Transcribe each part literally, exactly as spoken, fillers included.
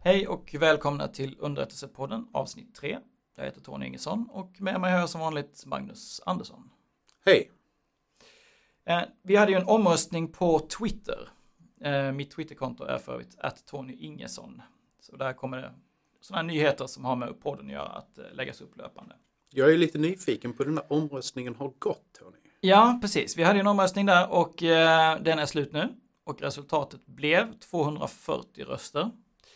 Hej och välkomna till Underrättelsepodden avsnitt tre. Jag heter Tony Ingesson och med mig hör som vanligt Magnus Andersson. Hej! Eh, vi hade ju en omröstning på Twitter. Eh, mitt Twitterkonto är för övrigt at Tony Ingesson. Så där kommer det sådana nyheter som har med podden att göra att eh, läggas upp löpande. Jag är lite nyfiken på den här omröstningen har gått, Tony. Ja, precis. Vi hade en omröstning där och eh, den är slut nu. Och resultatet blev tvåhundrafyrtio röster.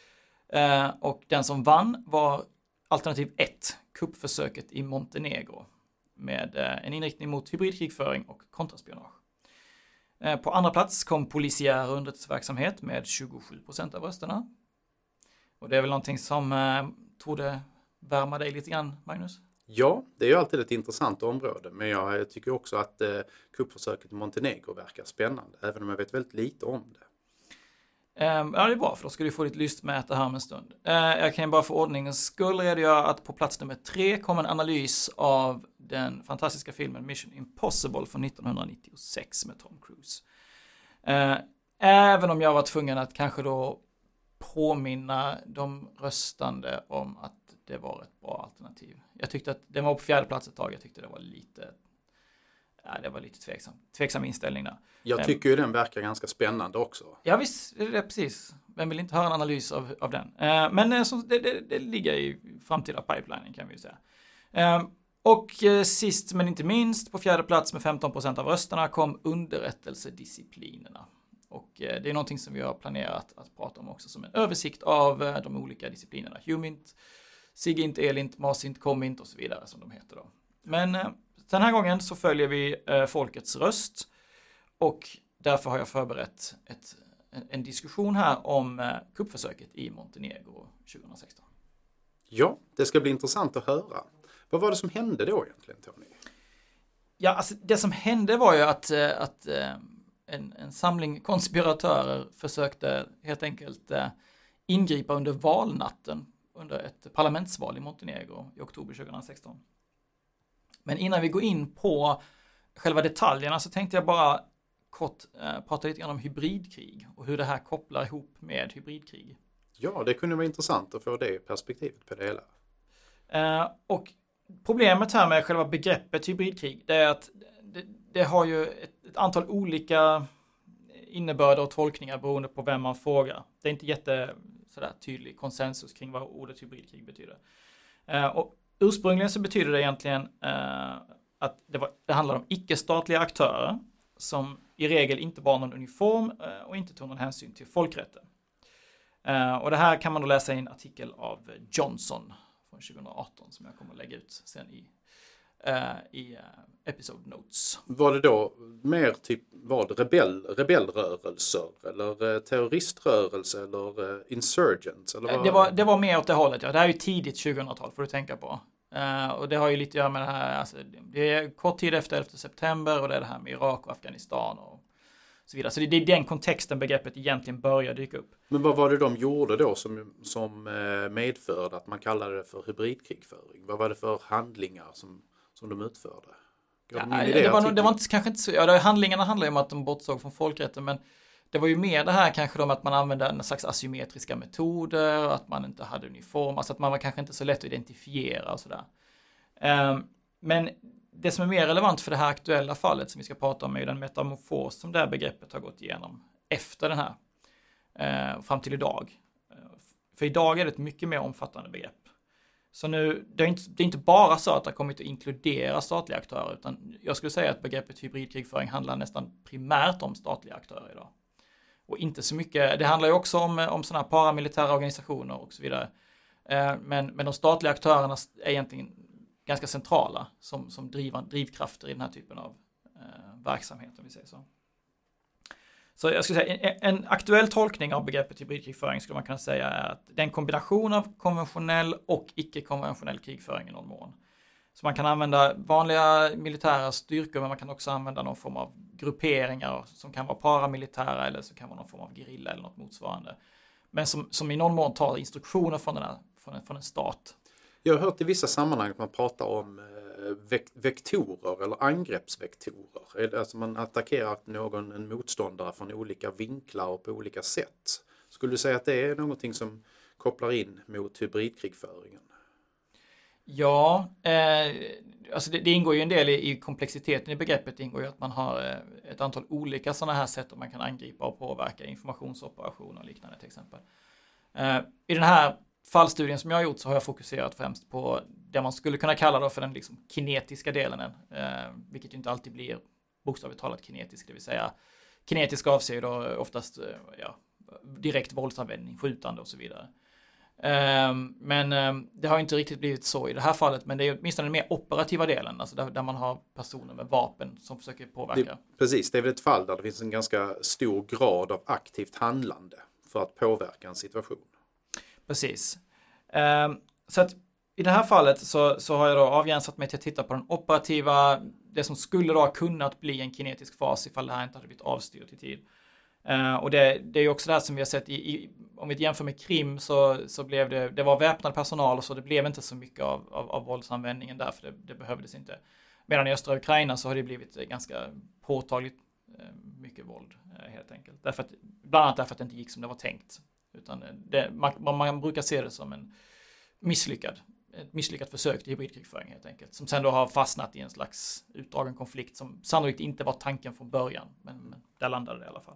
Eh, och den som vann var alternativ ett, kuppförsöket i Montenegro. Med eh, en inriktning mot hybridkrigföring och kontraspionage. Eh, på andra plats kom polisiär underrättelseverksamhet med tjugosju procent av rösterna. Och det är väl någonting som eh, trodde värma dig lite grann, Magnus? Ja, det är ju alltid ett intressant område. Men jag tycker också att eh, kuppförsöket i Montenegro verkar spännande. Även om jag vet väldigt lite om det. Um, ja, det är bra, för då ska du få ditt lystmäta här om en stund. Uh, jag kan bara för ordningens skull redogöra att på plats nummer tre kom en analys av den fantastiska filmen Mission Impossible från nittonhundranittiosex med Tom Cruise. Uh, även om jag var tvungen att kanske då påminna de röstande om att det var ett bra alternativ. Jag tyckte att den var på fjärde plats ett tag. Jag tyckte det var lite... Ja, det var lite tveksam, tveksam inställning där. Jag tycker ju den verkar ganska spännande också. Ja visst, det är precis. Vem vill inte höra en analys av, av den? Eh, men eh, så, det, det, det ligger i framtida pipelinen kan vi ju säga. Eh, och eh, sist men inte minst, på fjärde plats med femton procent av rösterna kom underrättelsedisciplinerna. Och eh, det är någonting som vi har planerat att prata om också som en översikt av eh, de olika disciplinerna. Humint, Sigint, Elint, Masint, Comint och så vidare som de heter då. Men... Eh, Den här gången så följer vi eh, folkets röst och därför har jag förberett ett, en, en diskussion här om eh, kuppförsöket i Montenegro tjugohundrasexton. Ja, det ska bli intressant att höra. Vad var det som hände då egentligen, Tony? Ja, alltså det som hände var ju att, eh, att eh, en, en samling konspiratörer försökte helt enkelt eh, ingripa under valnatten under ett parlamentsval i Montenegro i oktober tjugohundrasexton. Men innan vi går in på själva detaljerna så tänkte jag bara kort eh, prata lite grann om hybridkrig och hur det här kopplar ihop med hybridkrig. Ja, det kunde vara intressant att få det perspektivet på det hela. Eh, och problemet här med själva begreppet hybridkrig det är att det, det har ju ett, ett antal olika innebörder och tolkningar beroende på vem man frågar. Det är inte jätte sådär, tydlig konsensus kring vad ordet hybridkrig betyder. Eh, och Ursprungligen så betyder det egentligen eh, att det, var, det handlar om icke-statliga aktörer som i regel inte bar någon uniform eh, och inte tog någon hänsyn till folkrätten. Eh, och det här kan man då läsa i en artikel av Johnson från tjugohundraarton som jag kommer att lägga ut sen i, eh, i uh, episode notes. Var det då mer typ var det rebell, rebellrörelser eller eh, terroriströrelser eller eh, insurgents? Eller vad? Det, var, det var mer åt det hållet. Ja. Det här är ju tidigt tjugohundratal får du tänka på. Uh, och det har ju lite att göra med det här. Alltså, det är kort tid efter elfte september och det är det här med Irak och Afghanistan och så vidare. Så det, det är den kontexten begreppet egentligen börjar dyka upp. Men vad var det de gjorde då som, som medförde att man kallade det för hybridkrigföring? Vad var det för handlingar som, som de utförde? Ja, det, det, var, det var inte, kanske inte så, ja, det, handlingarna handlar ju om att de bortsåg från folkrätten, men det var ju mer det här kanske om att man använde en slags asymmetriska metoder, att man inte hade uniform, alltså att man var kanske inte så lätt att identifiera och sådär. Um, men det som är mer relevant för det här aktuella fallet som vi ska prata om är ju den metamorfos som det här begreppet har gått igenom efter den här, uh, fram till idag. Uh, för idag är det ett mycket mer omfattande begrepp. Så nu, det är, inte, det är inte bara så att det har kommit att inkludera statliga aktörer, utan jag skulle säga att begreppet hybridkrigföring handlar nästan primärt om statliga aktörer idag. Och inte så mycket, det handlar ju också om, om sådana här paramilitära organisationer och så vidare. Eh, men, men de statliga aktörerna är egentligen ganska centrala som, som driv, drivkrafter i den här typen av eh, verksamhet, om vi säger så. Så jag skulle säga, en, en aktuell tolkning av begreppet hybridkrigföring skulle man kunna säga är att det är en kombination av konventionell och icke-konventionell krigföring i någon mån. Så man kan använda vanliga militära styrkor, men man kan också använda någon form av grupperingar som kan vara paramilitära eller så kan vara någon form av gerilla eller något motsvarande. Men som, som i någon mån tar instruktioner från, den här, från, en, från en stat. Jag har hört i vissa sammanhang att man pratar om vek- vektorer eller angreppsvektorer. Alltså man attackerar någon, en motståndare från olika vinklar och på olika sätt. Skulle du säga att det är någonting som kopplar in mot hybridkrigföringen? Ja, eh, alltså det, det ingår ju en del i, i komplexiteten i begreppet. Det ingår ju att man har eh, ett antal olika sådana här sätt att man kan angripa och påverka informationsoperationer och liknande till exempel. Eh, I den här fallstudien som jag har gjort så har jag fokuserat främst på det man skulle kunna kalla då för den liksom kinetiska delen, eh, vilket ju inte alltid blir bokstavligt talat kinetisk, det vill säga kinetisk avser ju då oftast eh, ja, direkt våldsanvändning, skjutande och så vidare. Um, men um, det har inte riktigt blivit så i det här fallet, men det är åtminstone den mer operativa delen, alltså där, där man har personer med vapen som försöker påverka. Det, precis, det är väl ett fall där det finns en ganska stor grad av aktivt handlande för att påverka en situation. Precis. Um, så att i det här fallet så, så har jag då avgränsat mig till att titta på den operativa, det som skulle då ha kunnat bli en kinetisk fas ifall det här inte hade blivit avstyrt i tid. Uh, och det, det är ju också det här som vi har sett i, i om vi jämför med Krim så, så blev det, det var väpnad personal och så det blev inte så mycket av, av, av våldsanvändningen där, för det, det behövdes inte. Medan i östra Ukraina så har det blivit ganska påtagligt uh, mycket våld uh, helt enkelt. Därför att, bland annat därför att det inte gick som det var tänkt. Utan det, man, man brukar se det som en misslyckad, ett misslyckat försök till hybridkrigföring helt enkelt. Som sen då har fastnat i en slags utdragen konflikt som sannolikt inte var tanken från början. Men, men där landade det i alla fall.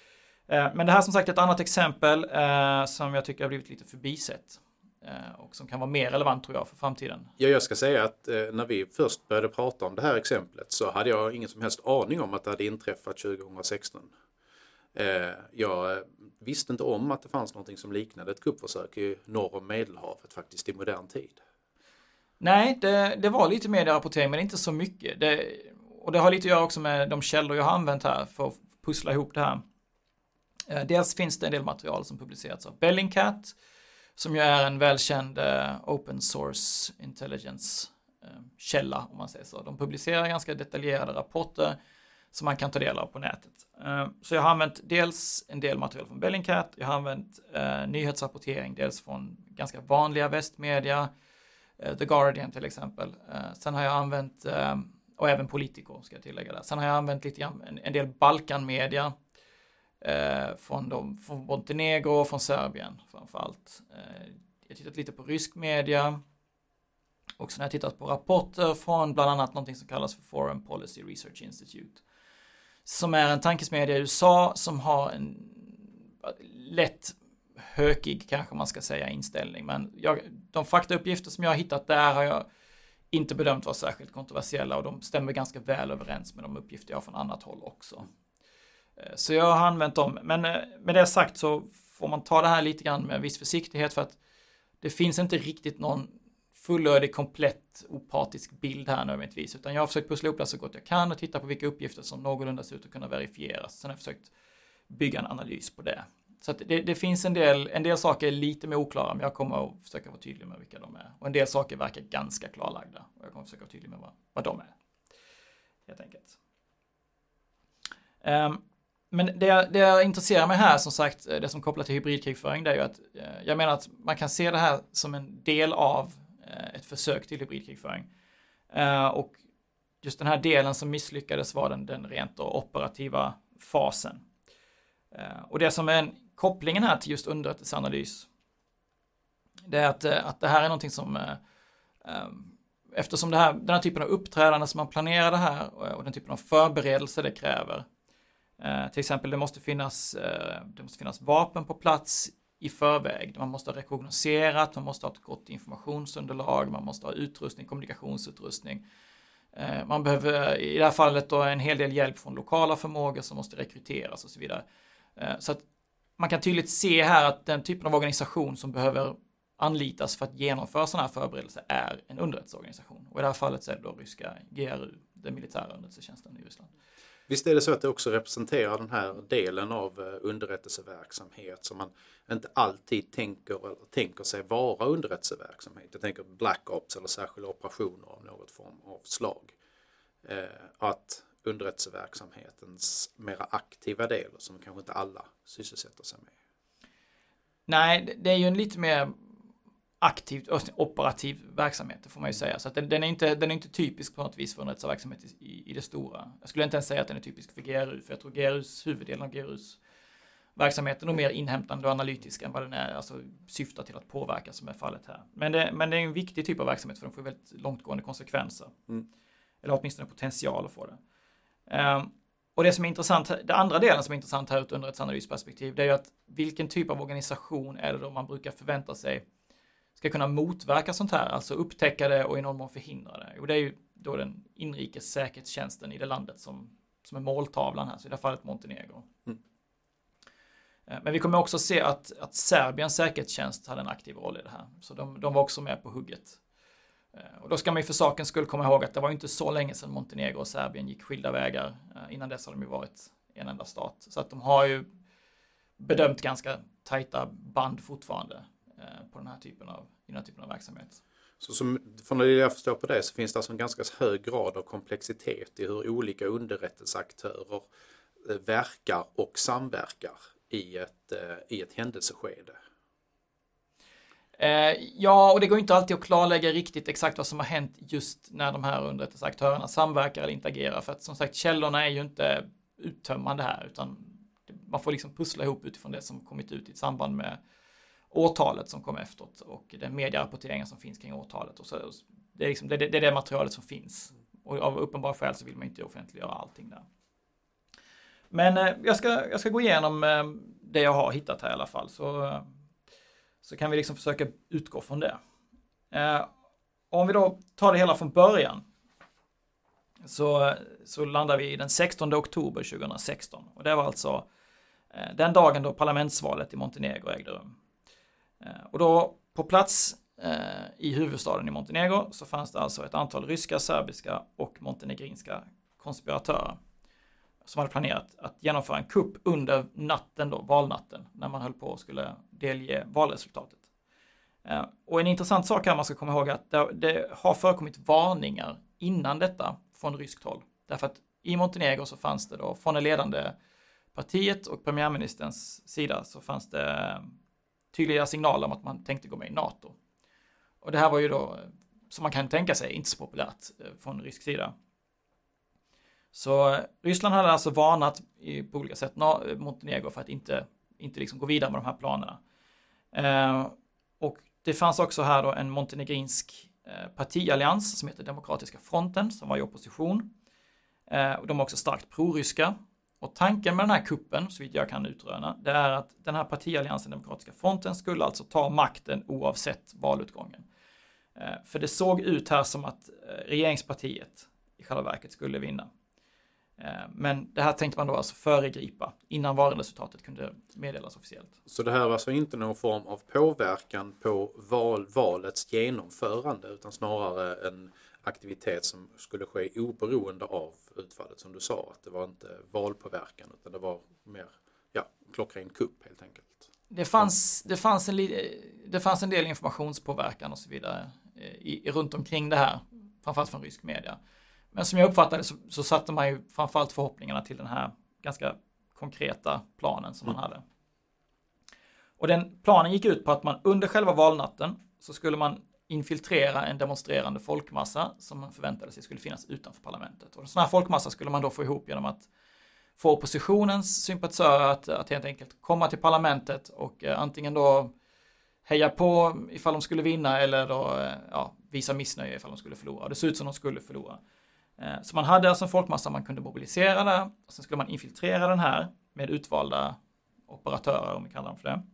Men det här som sagt är ett annat exempel eh, som jag tycker har blivit lite förbisett eh, och som kan vara mer relevant tror jag för framtiden. Ja, jag ska säga att eh, när vi först började prata om det här exemplet så hade jag ingen som helst aning om att det hade inträffat tjugohundrasexton. Eh, jag visste inte om att det fanns någonting som liknade ett kuppförsök i norr om Medelhavet faktiskt i modern tid. Nej, det, det var lite medierapportering men inte så mycket. Det, och det har lite att göra också med de källor jag har använt här för att pussla ihop det här. Dels finns det en del material som publicerats av Bellingcat som ju är en välkänd uh, open source intelligence uh, källa om man säger så. De publicerar ganska detaljerade rapporter som man kan ta del av på nätet. Uh, så jag har använt dels en del material från Bellingcat, jag har använt uh, nyhetsrapportering dels från ganska vanliga västmedia, uh, The Guardian till exempel. Uh, sen har jag använt, uh, och även Politico ska jag tillägga där. Sen har jag använt lite grann, en, en del Balkanmedia. Eh, från, de, från Montenegro och från Serbien framförallt. Eh, jag har tittat lite på rysk media och sen har jag tittat på rapporter från bland annat någonting som kallas för Foreign Policy Research Institute som är en tankesmedja i U S A som har en lätt hökig kanske man ska säga inställning, men jag, de faktauppgifter som jag har hittat där har jag inte bedömt vara särskilt kontroversiella och de stämmer ganska väl överens med de uppgifter jag har från annat håll också. Så jag har använt dem, men med det sagt så får man ta det här lite grann med viss försiktighet för att det finns inte riktigt någon fullödig, komplett, opartisk bild här nödvändigtvis, utan jag har försökt pussla ihop det så gott jag kan och titta på vilka uppgifter som någorlunda ser ut att kunna verifieras. Sen har jag försökt bygga en analys på det. Så att det, det finns en del, en del saker är lite mer oklara, men jag kommer att försöka vara tydlig med vilka de är. Och en del saker verkar ganska klarlagda och jag kommer att försöka vara tydlig med vad, vad de är. Helt enkelt. Um, Men det, det jag intresserar mig här, som sagt, det som kopplar till hybridkrigföring, det är ju att eh, jag menar att man kan se det här som en del av eh, ett försök till hybridkrigföring. Eh, och just den här delen som misslyckades var den, den rent då operativa fasen. Eh, och det som är en kopplingen här till just underrättelseanalys, det är att, att det här är någonting som, eh, eh, eftersom det här, den här typen av uppträdande som man planerar det här och, och den typen av förberedelse det kräver. Uh, till exempel det måste finnas uh, det måste finnas vapen på plats i förväg. Man måste ha rekognoserat, man måste ha ett gott informationsunderlag, man måste ha utrustning, kommunikationsutrustning. Uh, man behöver i det här fallet då en hel del hjälp från lokala förmågor som måste rekryteras och så vidare. Uh, så att man kan tydligt se här att den typen av organisation som behöver anlitas för att genomföra sådana här förberedelser är en underrättelseorganisation. Och i det här fallet så är det då ryska G R U, den militära underrättelsetjänsten i Ryssland. Visst är det så att det också representerar den här delen av underrättelseverksamhet som man inte alltid tänker, eller tänker sig vara underrättelseverksamhet. Jag tänker Black Ops eller särskilda operationer av något form av slag. Eh, att underrättelseverksamhetens mera aktiva del som kanske inte alla sysselsätter sig med. Nej, det är ju en lite mer aktiv, operativ verksamhet, det får man ju säga. Så att den, den, är inte, den är inte typisk på något vis för underrättelseverksamhet i, i det stora. Jag skulle inte ens säga att den är typisk för G R U, för jag tror G R U:s, huvuddelen av G R U:s verksamheten är mer inhämtande och analytisk än vad den är, alltså syftar till att påverka som är fallet här. Men det, men det är en viktig typ av verksamhet för den får väldigt långtgående konsekvenser. Mm. Eller åtminstone potential att få det. Um, och det som är intressant, det andra delen som är intressant här ur ett underrättelseanalysperspektiv, det är ju att vilken typ av organisation är det då man brukar förvänta sig ska kunna motverka sånt här, alltså upptäcka det och i någon mån förhindra det. Och det är ju då den inrikes säkerhetstjänsten i det landet som, som är måltavlan här, så i det här fallet Montenegro. Mm. Men vi kommer också se att, att Serbiens säkerhetstjänst hade en aktiv roll i det här. Så de, de var också med på hugget. Och då ska man ju för sakens skull komma ihåg att det var inte så länge sedan Montenegro och Serbien gick skilda vägar. Innan dess har de ju varit en enda stat. Så att de har ju bedömt ganska tajta band fortfarande på den här typen av, i den här typen av verksamhet. Så som, från det jag förstår på det så finns det alltså en ganska hög grad av komplexitet i hur olika underrättelseaktörer verkar och samverkar i ett, i ett händelseskede. Eh, ja, och det går inte alltid att klarlägga riktigt exakt vad som har hänt just när de här underrättelseaktörerna samverkar eller interagerar. För att som sagt, källorna är ju inte uttömmande här, utan man får liksom pussla ihop utifrån det som kommit ut i samband med åtalet som kom efteråt och den medierapporteringen som finns kring åtalet. Och så, det, är liksom, det, det är det materialet som finns. Och av uppenbara skäl så vill man inte offentliggöra allting där. Men eh, jag, ska, jag ska gå igenom eh, det jag har hittat här i alla fall. Så, eh, så kan vi liksom försöka utgå från det. Eh, om vi då tar det hela från början. Så, så landar vi den sextonde oktober tjugohundrasexton. Och det var alltså eh, den dagen då parlamentsvalet i Montenegro ägde rum. Eh, och då på plats eh, i huvudstaden i Montenegro så fanns det alltså ett antal ryska, serbiska och montenegrinska konspiratörer som hade planerat att genomföra en kupp under natten då, valnatten, när man höll på och skulle delge valresultatet. Eh, och en intressant sak här man ska komma ihåg att det, det har förekommit varningar innan detta från ryskt håll. Därför att i Montenegro så fanns det då, från det ledande partiet och premiärministerns sida så fanns det tydliga signaler om att man tänkte gå med i NATO. Och det här var ju då, som man kan tänka sig, inte så populärt från rysk sida. Så Ryssland hade alltså varnat i, på olika sätt Montenegro för att inte, inte liksom gå vidare med de här planerna. Eh, och det fanns också här då en montenegrinsk eh, partiallians som heter Demokratiska fronten som var i opposition. Eh, och de var också starkt proryska. Och tanken med den här kuppen, så vitt jag kan utröna, det är att den här partialliansen Demokratiska fronten skulle alltså ta makten oavsett valutgången. Eh, för det såg ut här som att eh, regeringspartiet i själva verket skulle vinna. Men det här tänkte man då alltså föregripa innan valresultatet kunde meddelas officiellt. Så det här var alltså inte någon form av påverkan på val, valets genomförande utan snarare en aktivitet som skulle ske oberoende av utfallet, som du sa, att det var inte valpåverkan utan det var mer ja, klockren kupp helt enkelt. Det fanns, det fanns, en, det fanns en del informationspåverkan och så vidare i, i, runt omkring det här, framförallt från rysk media. Men som jag uppfattade så, så satte man ju framförallt förhoppningarna till den här ganska konkreta planen som mm. man hade. Och den planen gick ut på att man under själva valnatten så skulle man infiltrera en demonstrerande folkmassa som man förväntade sig skulle finnas utanför parlamentet. Och en sån här folkmassa skulle man då få ihop genom att få oppositionens sympatisörer att, att helt enkelt komma till parlamentet och eh, antingen då heja på ifall de skulle vinna eller då eh, ja, visa missnöje ifall de skulle förlora. Det ser ut som de skulle förlora. Så man hade alltså en folkmassa man kunde mobilisera där. Och sen skulle man infiltrera den här med utvalda operatörer, om vi kallar dem för det.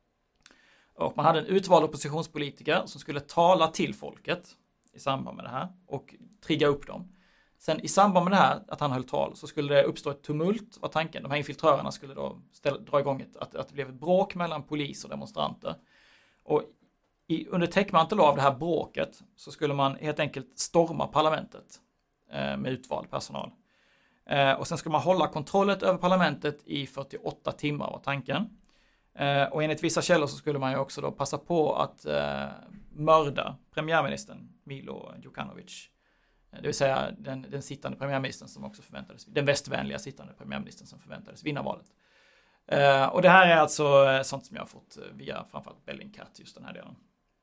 Och man hade en utvald oppositionspolitiker som skulle tala till folket i samband med det här och trigga upp dem. Sen i samband med det här, att han höll tal, så skulle det uppstå ett tumult, var tanken. De här infiltrörerna skulle då ställa, dra igång ett, att, att det blev ett bråk mellan polis och demonstranter. Och i, under täckmantel av det här bråket så skulle man helt enkelt storma parlamentet med utvald personal. Eh, och sen ska man hålla kontrollet över parlamentet i fyrtioåtta timmar var tanken. Eh, och enligt vissa källor så skulle man ju också då passa på att eh, mörda premiärministern Milo Djukanovic. Eh, det vill säga den, den sittande premiärministern som också förväntades, den västvänliga sittande premiärministern som förväntades vinna valet. Eh, och det här är alltså sånt som jag har fått via framförallt Bellingcat, just den här delen.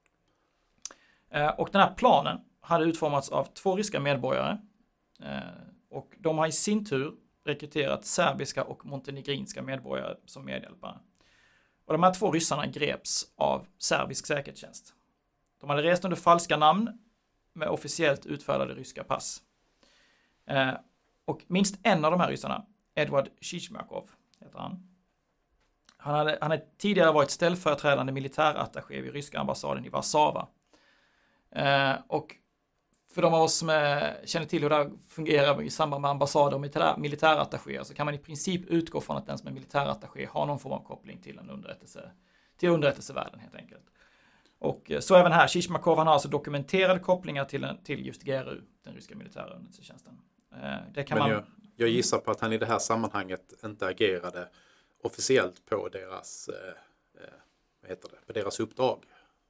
Eh, och den här planen hade utformats av två ryska medborgare. Eh, och de har i sin tur rekryterat serbiska och montenegrinska medborgare som medhjälpare. Och de här två ryssarna greps av serbisk säkerhetstjänst. De hade rest under falska namn med officiellt utfärdade ryska pass. Eh, och minst en av de här ryssarna, Edward Shishmakov, heter han. Han hade, han hade tidigare varit ställföreträdande militärattaché vid ryska ambassaden i Warszawa. Eh, och för de av oss som är, känner till hur det fungerar i samband med ambassader och militär, militärattachéer så kan man i princip utgå från att den som är militärattaché har någon form av koppling till en underrättelse, till underrättelsevärlden helt enkelt. Och så även här, Shishmakov han har alltså dokumenterade kopplingar till, en, till just G R U, den ryska militära underrättelsetjänsten. Det kan Men man... jag, jag gissar på att han i det här sammanhanget inte agerade officiellt på deras, eh, vad heter det, på deras uppdrag.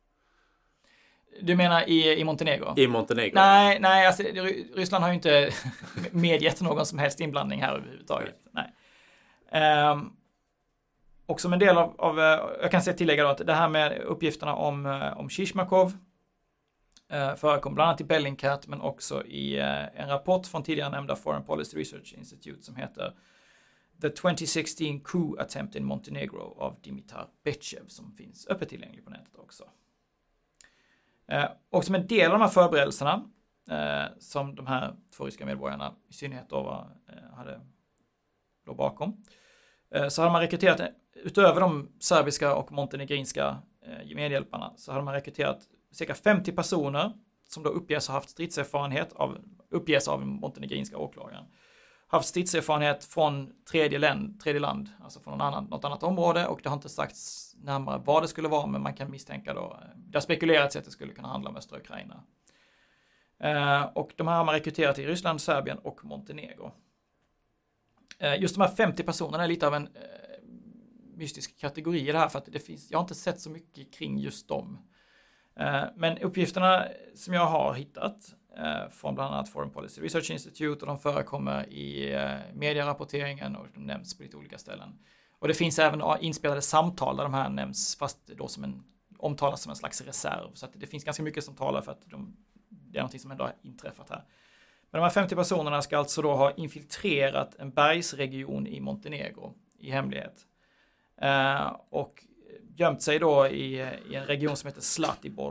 Du menar i, i Montenegro? I Montenegro. Nej, nej alltså, Ryssland har ju inte medgett någon som helst inblandning här överhuvudtaget. Nej. nej. Um, och som en del av, av jag kan säga tillägga då att det här med uppgifterna om, om Shishmakov uh, förekom bland annat i Bellingcat men också i uh, en rapport från tidigare nämnda Foreign Policy Research Institute som heter The twenty sixteen coup attempt in Montenegro av Dimitar Betchev som finns öppet tillgänglig på nätet också. Eh, och som en del av de här förberedelserna eh, som de här två ryska medborgarna i synnerhet då var, eh, hade låg bakom eh, så hade man rekryterat, utöver de serbiska och montenegrinska eh, medhjälparna så hade man rekryterat cirka femtio personer som då uppges ha haft stridserfarenhet av, uppges av montenegrinska åklagaren. Haft stridserfarenhet från tredje land, tredje land, alltså från någon annan, något annat område och det har inte sagts närmare vad det skulle vara men man kan misstänka då, det har spekulerats att det skulle kunna handla om östra Ukraina. Eh, och de här har man rekryterat i Ryssland, Serbien och Montenegro. Eh, just de här femtio personerna är lite av en eh, mystisk kategori i det här för att det finns, jag har inte sett så mycket kring just dem. Eh, men uppgifterna som jag har hittat från bland annat Foreign Policy Research Institute och de förekommer i eh, medierapporteringen och de nämns på lite olika ställen. Och det finns även inspelade samtal där de här nämns fast då som en, omtalas som en slags reserv. Så att det finns ganska mycket som talar för att de, det är något som ändå har inträffat här. Men de här femtio personerna ska alltså då ha infiltrerat en bergsregion i Montenegro i hemlighet. Eh, och gömt sig då i, i en region som heter Zlatibor.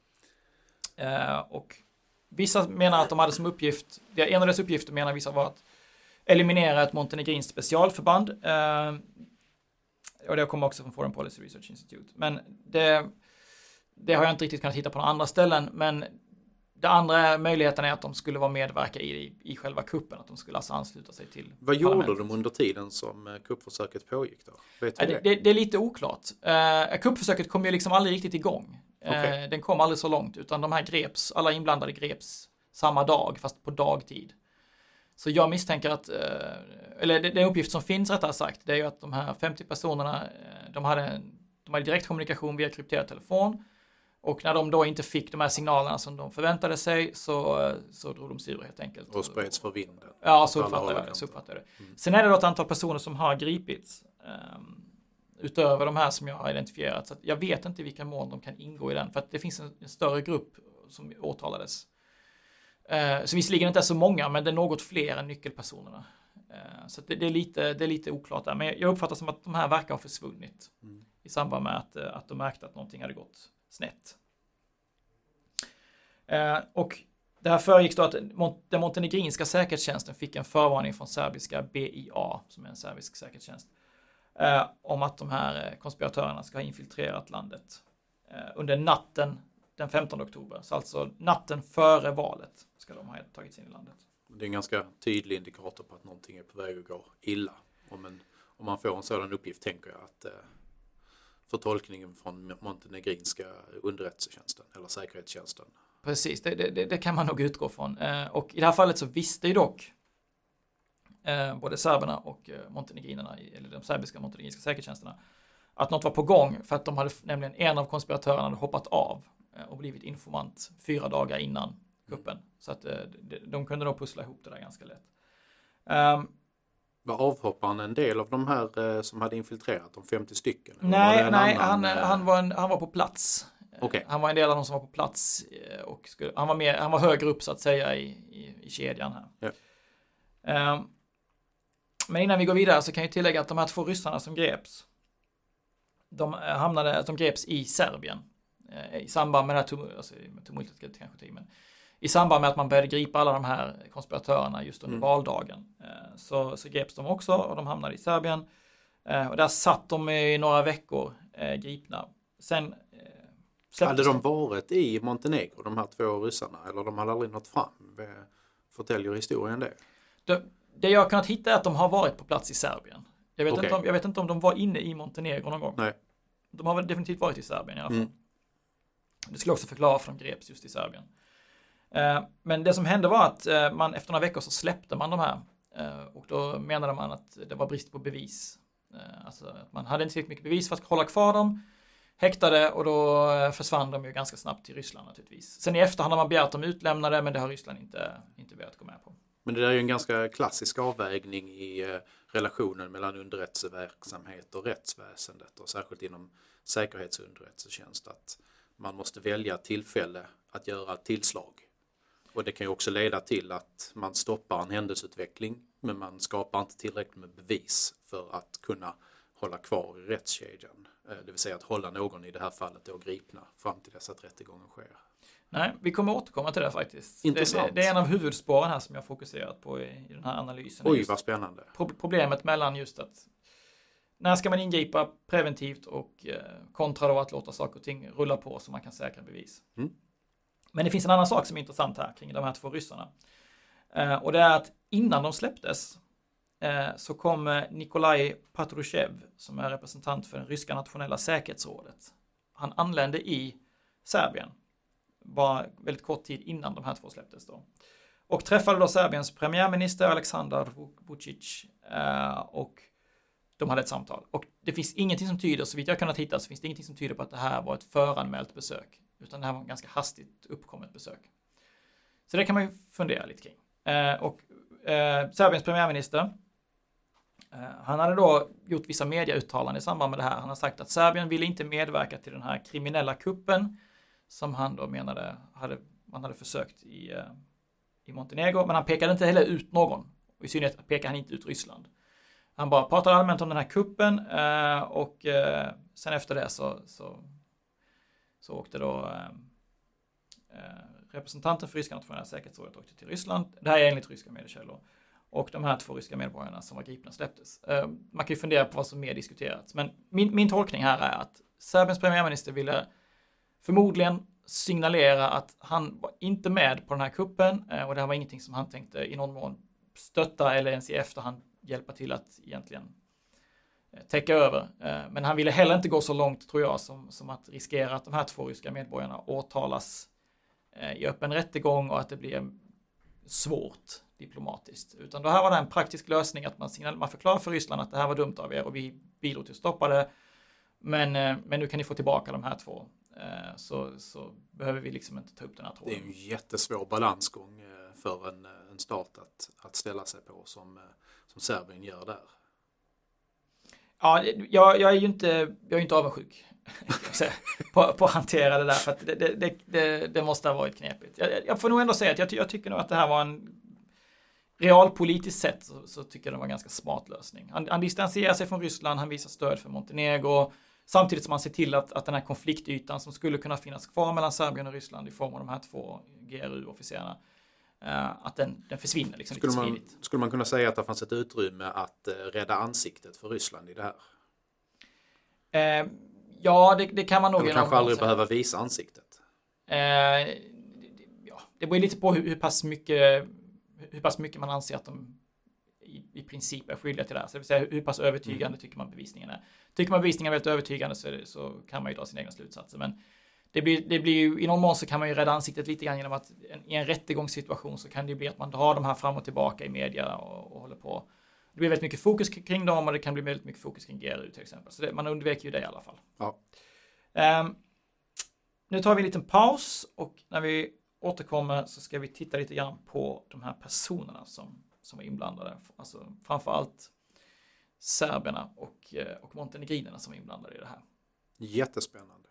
Eh, och vissa menar att de hade som uppgift, en av dess uppgifter menar vissa var att eliminera ett montenegrinskt specialförband. Eh, och det kommer också från Foreign Policy Research Institute. Men det, det har jag inte riktigt kunnat hitta på några andra ställen. Men det andra möjligheten är att de skulle vara medverka i, i själva kuppen. Att de skulle alltså ansluta sig till Vad gjorde de under tiden som kuppförsöket pågick då? Vet du det? Det, det är lite oklart. Eh, kuppförsöket kom ju liksom aldrig riktigt igång. Okay. Den kom aldrig så långt utan de här greps, alla inblandade greps samma dag fast på dagtid. Så jag misstänker att, eller den uppgift som finns rättare sagt, det är ju att de här femtio personerna, de hade, de hade direktkommunikation via krypterad telefon och när de då inte fick de här signalerna som de förväntade sig så, så drog de sig ur helt enkelt. Och spreds för vinden. Ja, så uppfattar jag, så uppfattar jag det. Mm. Sen är det då ett antal personer som har gripits. Um, utöver de här som jag har identifierat. Så att jag vet inte i vilken mån de kan ingå i den. För att det finns en, en större grupp som åtalades. Eh, så visserligen inte är så många, men det är något fler än nyckelpersonerna. Eh, så det, det, är lite, det är lite oklart där. Men jag uppfattar som att de här verkar ha försvunnit. Mm. I samband med att, att de märkte att någonting hade gått snett. Eh, och det här föregicks då att den montenegrinska säkerhetstjänsten fick en förvarning från serbiska B I A, som är en serbisk säkerhetstjänst. Eh, om att de här konspiratörerna ska ha infiltrerat landet eh, under natten den femtonde oktober. Så alltså natten före valet ska de ha tagit sig in i landet. Det är en ganska tydlig indikator på att någonting är på väg att gå illa. Om, en, om man får en sådan uppgift tänker jag att eh, förtolkningen från montenegrinska underrättelsetjänsten eller säkerhetstjänsten. Precis, det, det, det kan man nog utgå från. Eh, och i det här fallet så visste ju dock Eh, både serberna och eh, montenegrinerna, eller de serbiska och montenegrinska säkerhetstjänsterna, att något var på gång för att de hade nämligen en av konspiratörerna hade hoppat av eh, och blivit informant fyra dagar innan kuppen. Mm. Så att eh, de, de kunde då pussla ihop det där ganska lätt. Um, var avhopparen en del av de här eh, som hade infiltrerat, de femtio stycken? Nej, var nej annan, han, eh... han, var en, han var på plats. Okay. Han var en del av de som var på plats och skulle, han, var mer, han var högre upp så att säga i, i, i kedjan här. Yeah. Um, Men innan vi går vidare så kan jag tillägga att de här två ryssarna som greps, de hamnade, de greps i Serbien i samband med det här tum- alltså, tumultet kanske till, men i samband med att man började gripa alla de här konspiratörerna just under mm. valdagen. Så, så greps de också och de hamnade i Serbien. Och där satt de i några veckor gripna. Sen hade de varit i Montenegro, de här två ryssarna, eller de hade aldrig nått fram? Förtäljer historien det? Det, det jag har kunnat hitta är att de har varit på plats i Serbien. Jag vet, okay. inte, om, jag vet inte om de var inne i Montenegro någon gång. Nej. De har väl definitivt varit i Serbien i alla fall. Mm. Det skulle också förklara varför de greps just i Serbien. Eh, men det som hände var att eh, man efter några veckor så släppte man de här. Eh, och då menade man att det var brist på bevis. Eh, alltså att man hade inte tillräckligt mycket bevis för att hålla kvar dem. Häktade och då försvann de ju ganska snabbt till Ryssland naturligtvis. Sen i efterhand har man begärt dem utlämnade, men det har Ryssland inte, inte velat gå med på. Men det där är ju en ganska klassisk avvägning i eh, relationen mellan underrättelseverksamhet och rättsväsendet, och särskilt inom säkerhetsunderrättelsetjänst, att man måste välja tillfälle att göra ett tillslag. Och det kan ju också leda till att man stoppar en händelseutveckling, men man skapar inte tillräckligt med bevis för att kunna hålla kvar i rättskedjan. Det vill säga att hålla någon i det här fallet då gripna fram till dess att rättegången sker. Nej, vi kommer återkomma till det faktiskt. Intressant. Det, det, det är en av huvudspåren här som jag fokuserat på i, i den här analysen. Oj, vad spännande. Pro- problemet mellan just att när ska man ingripa preventivt och eh, kontra då att låta saker och ting rulla på så man kan säkra bevis. Mm. Men det finns en annan sak som är intressant här kring de här två ryssarna. Eh, och det är att innan de släpptes eh, så kom Nikolaj Patrushev, som är representant för det ryska nationella säkerhetsrådet. Han anlände i Serbien bara väldigt kort tid innan de här två släpptes då. Och träffade då Serbiens premiärminister Aleksandar Vučić eh, och de hade ett samtal. Och det finns ingenting som tyder, så vitt jag kunnat hitta, så finns det ingenting som tyder på att det här var ett föranmält besök. Utan det här var ett ganska hastigt uppkommet besök. Så det kan man ju fundera lite kring. Eh, och eh, Serbiens premiärminister, eh, han hade då gjort vissa medieuttalanden i samband med det här. Han har sagt att Serbien ville inte medverka till den här kriminella kuppen som han då menade hade, man hade försökt i, eh, i Montenegro. Men han pekade inte heller ut någon. Och i synnerhet pekade han inte ut Ryssland. Han bara pratade allmänt om den här kuppen eh, och eh, sen efter det så, så, så åkte då eh, representanten för ryska nationella säkerhetsrådet åkte till Ryssland. Det här är enligt ryska mediekällor. Och de här två ryska medborgarna som var gripna släpptes. Eh, man kan ju fundera på vad som mer diskuterats. Men min, min tolkning här är att Serbiens premiärminister ville förmodligen signalera att han var inte med på den här kuppen. Eh, och det här var ingenting som han tänkte i någon mån stötta eller ens i efterhand hjälpa till att egentligen täcka över. Men han ville heller inte gå så långt, tror jag, som, som att riskera att de här två ryska medborgarna åtalas i öppen rättegång och att det blir svårt diplomatiskt. Utan då här var det en praktisk lösning att man, signal, man förklarar för Ryssland att det här var dumt av er och vi bidrog till att stoppa det. Men, men nu kan ni få tillbaka de här två. Så, så behöver vi liksom inte ta upp den här tråden. Det är en jättesvår balansgång för en, en stat att, att ställa sig på som, som Serbien gör där. Ja, jag, jag är ju inte, jag är inte avundsjuk på, på att hantera det där. För att det, det, det, det måste ha varit knepigt. Jag, jag får nog ändå säga att jag, jag tycker nog att det här var en realpolitiskt sett så, så tycker jag det var en ganska smart lösning. Han, han distanserar sig från Ryssland, han visar stöd för Montenegro. Samtidigt som man ser till att, att den här konfliktytan som skulle kunna finnas kvar mellan Serbien och Ryssland i form av de här två G R U-officerarna, uh, att den, den försvinner. Liksom skulle, man, skulle man kunna säga att det fanns ett utrymme att uh, rädda ansiktet för Ryssland i det här? Uh, ja, det, det kan man nog. De kanske aldrig behöva visa ansiktet. Uh, ja, det beror lite på hur, hur, pass mycket, hur pass mycket man anser att de i, i princip är skyldiga till det här. Så det vill säga hur pass övertygande mm. tycker man bevisningen är. Tycker man bevisningen är väldigt övertygande så, det, så kan man ju dra sina egna slutsatser. Men det blir, det blir ju, i någon mån så kan man ju rädda ansiktet lite grann genom att en, i en rättegångssituation så kan det ju bli att man drar de här fram och tillbaka i media och, och håller på. Det blir väldigt mycket fokus kring dem och det kan bli väldigt mycket fokus kring G R U till exempel. Så det, man undviker ju det i alla fall. Ja. Um, nu tar vi en liten paus och när vi återkommer så ska vi titta lite grann på de här personerna som, som var inblandade. Alltså framförallt serberna och, och montenegrinerna som är inblandade i det här. Jättespännande.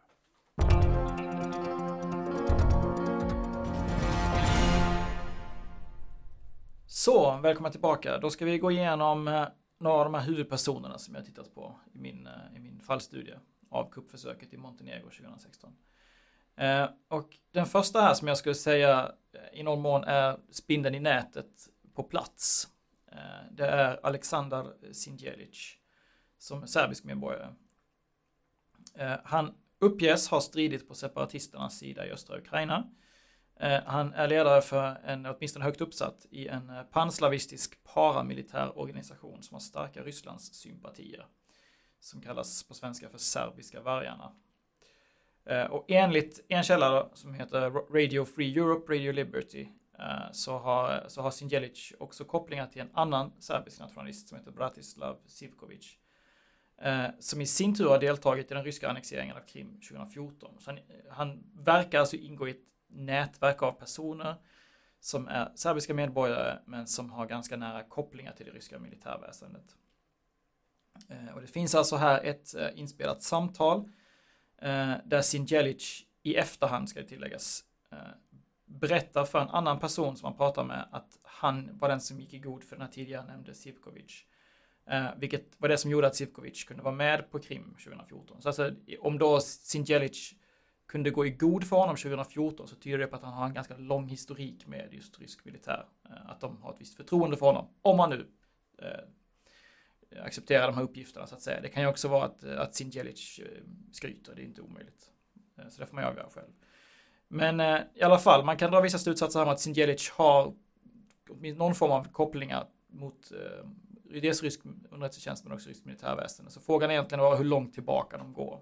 Så, välkomna tillbaka. Då ska vi gå igenom några av de här huvudpersonerna som jag tittat på i min, i min fallstudie av kuppförsöket i Montenegro tjugohundrasexton. Eh, och den första här som jag skulle säga i någon mån är spindeln i nätet på plats. Eh, det är Aleksandar Sinjelic som är serbisk medborgare. Eh, han uppges ha stridit på separatisternas sida i östra Ukraina. Eh, han är ledare för en, åtminstone högt uppsatt, i en panslavistisk paramilitär organisation som har starka Rysslands sympatier. Som kallas på svenska för serbiska vargarna. Eh, och enligt en källa då, som heter Radio Free Europe, Radio Liberty, eh, så har, så har Sinjelic också kopplingar till en annan serbisk nationalist som heter Bratislav Sivkovic. Eh, som i sin tur har deltagit i den ryska annexeringen av Krim tjugohundrafjorton. Så han, han verkar alltså ingå i ett nätverk av personer som är serbiska medborgare men som har ganska nära kopplingar till det ryska militärväsendet. Eh, och det finns alltså här ett eh, inspelat samtal eh, där Sinjelic i efterhand, ska det tilläggas, eh, berättar för en annan person som han pratar med att han var den som gick i god för den här tidigare nämnde Sivkovic. Eh, vilket var det som gjorde att Sivkovic kunde vara med på Krim tjugohundrafjorton. Så alltså, om då Sinjelic kunde gå i god för honom tjugohundrafjorton så tyder det på att han har en ganska lång historik med just rysk militär. Eh, att de har ett visst förtroende för honom. Om man nu eh, accepterar de här uppgifterna så att säga. Det kan ju också vara att, att Sinjelic eh, skryter, det är inte omöjligt. Eh, så det får man avgöra själv. Men eh, i alla fall, man kan dra vissa slutsatser om att Sinjelic har någon form av kopplingar mot eh, dels rysk underrättelsetjänst men också rysk militärväsende. Så frågan är egentligen var hur långt tillbaka de går.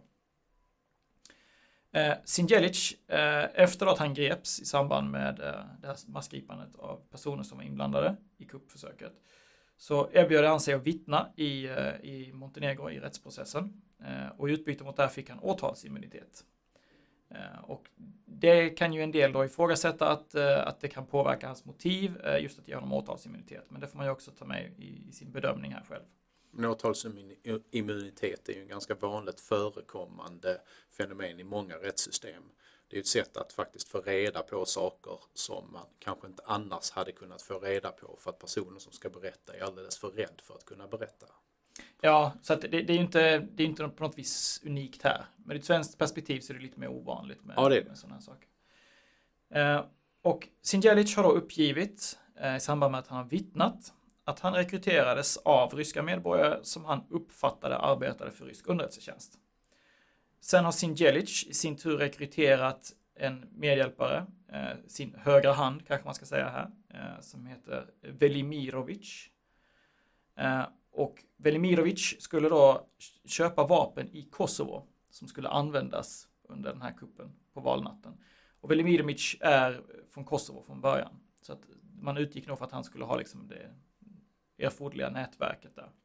Eh, Sinjelic, eh, efter att han greps i samband med eh, det här massgripandet av personer som var inblandade i kuppförsöket, så erbjöd han sig att vittna i, eh, i Montenegro i rättsprocessen. Eh, och i utbyte mot det här fick han åtalsimmunitet. Eh, och det kan ju en del då ifrågasätta att, eh, att det kan påverka hans motiv eh, just att ge honom åtalsimmunitet. Men det får man ju också ta med i, i sin bedömning här själv. Åtalsimmunitet är ju en ganska vanligt förekommande fenomen i många rättssystem. Det är ett sätt att faktiskt få reda på saker som man kanske inte annars hade kunnat få reda på för att personen som ska berätta är alldeles för rädd för att kunna berätta. Ja, så att det, det är ju inte, det är inte på något vis unikt här. Men i ett svenskt perspektiv så är det lite mer ovanligt med, ja, det är det. med sådana här saker. Eh, och Sinjelic har då uppgivit eh, i samband med att han har vittnat att han rekryterades av ryska medborgare som han uppfattade arbetade för rysk underrättelsetjänst. Sen har Sinjelic i sin tur rekryterat en medhjälpare, eh, sin högra hand kanske man ska säga här, eh, som heter Velimirovic. Eh, och Velimirovic skulle då köpa vapen i Kosovo som skulle användas under den här kuppen på valnatten. Och Velimirovic är från Kosovo från början. Så att man utgick nog för att han skulle ha liksom det erforderliga nätverket där.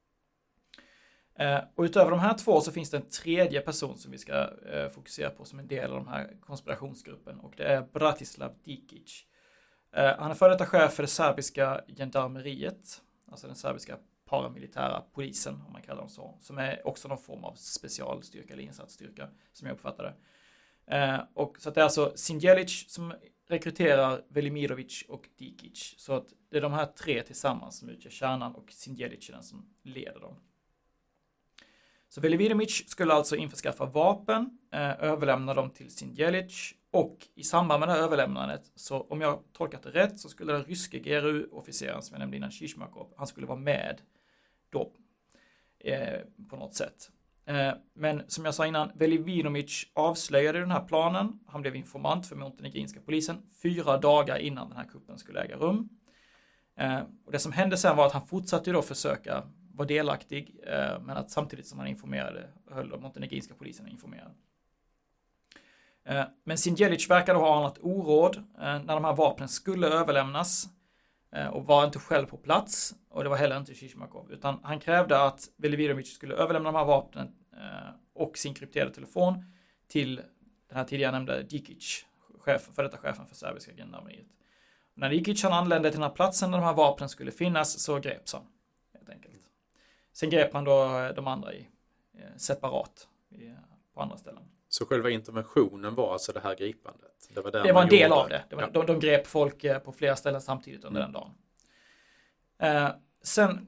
Eh, och utöver de här två så finns det en tredje person som vi ska eh, fokusera på som en del av den här konspirationsgruppen. Och det är Bratislav Dikic. Eh, han är före detta chef för det serbiska gendarmeriet. Alltså den serbiska paramilitära polisen, om man kallar dem så. Som är också någon form av specialstyrka eller insatsstyrka, som jag uppfattar det. Eh, och så att det är alltså Sinjelic som rekryterar Velimirovic och Dikic. Så att det är de här tre tillsammans som utgör kärnan och Sinjelic är den som leder dem. Så Velimirovic skulle alltså införskaffa vapen, eh, överlämna dem till Sinjelic och i samband med det här överlämnandet, så om jag tolkat det rätt, så skulle den ryske G R U-officeren som jag nämnde innan, Shishmakov, han skulle vara med då eh, på något sätt. Eh, men som jag sa innan, Velimirovic avslöjade den här planen. Han blev informant för montenegrinska polisen fyra dagar innan den här kuppen skulle äga rum. Eh, och det som hände sen var att han fortsatte då försöka vara delaktig, eh, men att samtidigt som han informerade höll de montenegrinska polisen informerad. Eh, men Sinjelic verkade ha anat oråd eh, när de här vapnen skulle överlämnas eh, och var inte själv på plats, och det var heller inte Shishmakov, utan han krävde att Velimirovic skulle överlämna de här vapnen eh, och sin krypterade telefon till den här tidigare nämnda Dikic, chef, för detta chefen för serbiska gendarmeriet. När Dikic han anlände till den här platsen där de här vapnen skulle finnas, så greps han helt enkelt. Sen grep han då de andra i eh, separat i, på andra ställen. Så själva interventionen var alltså det här gripandet? Det var, det var en del av det. det var, ja. de, de grep folk på flera ställen samtidigt under mm. den dagen. Eh, sen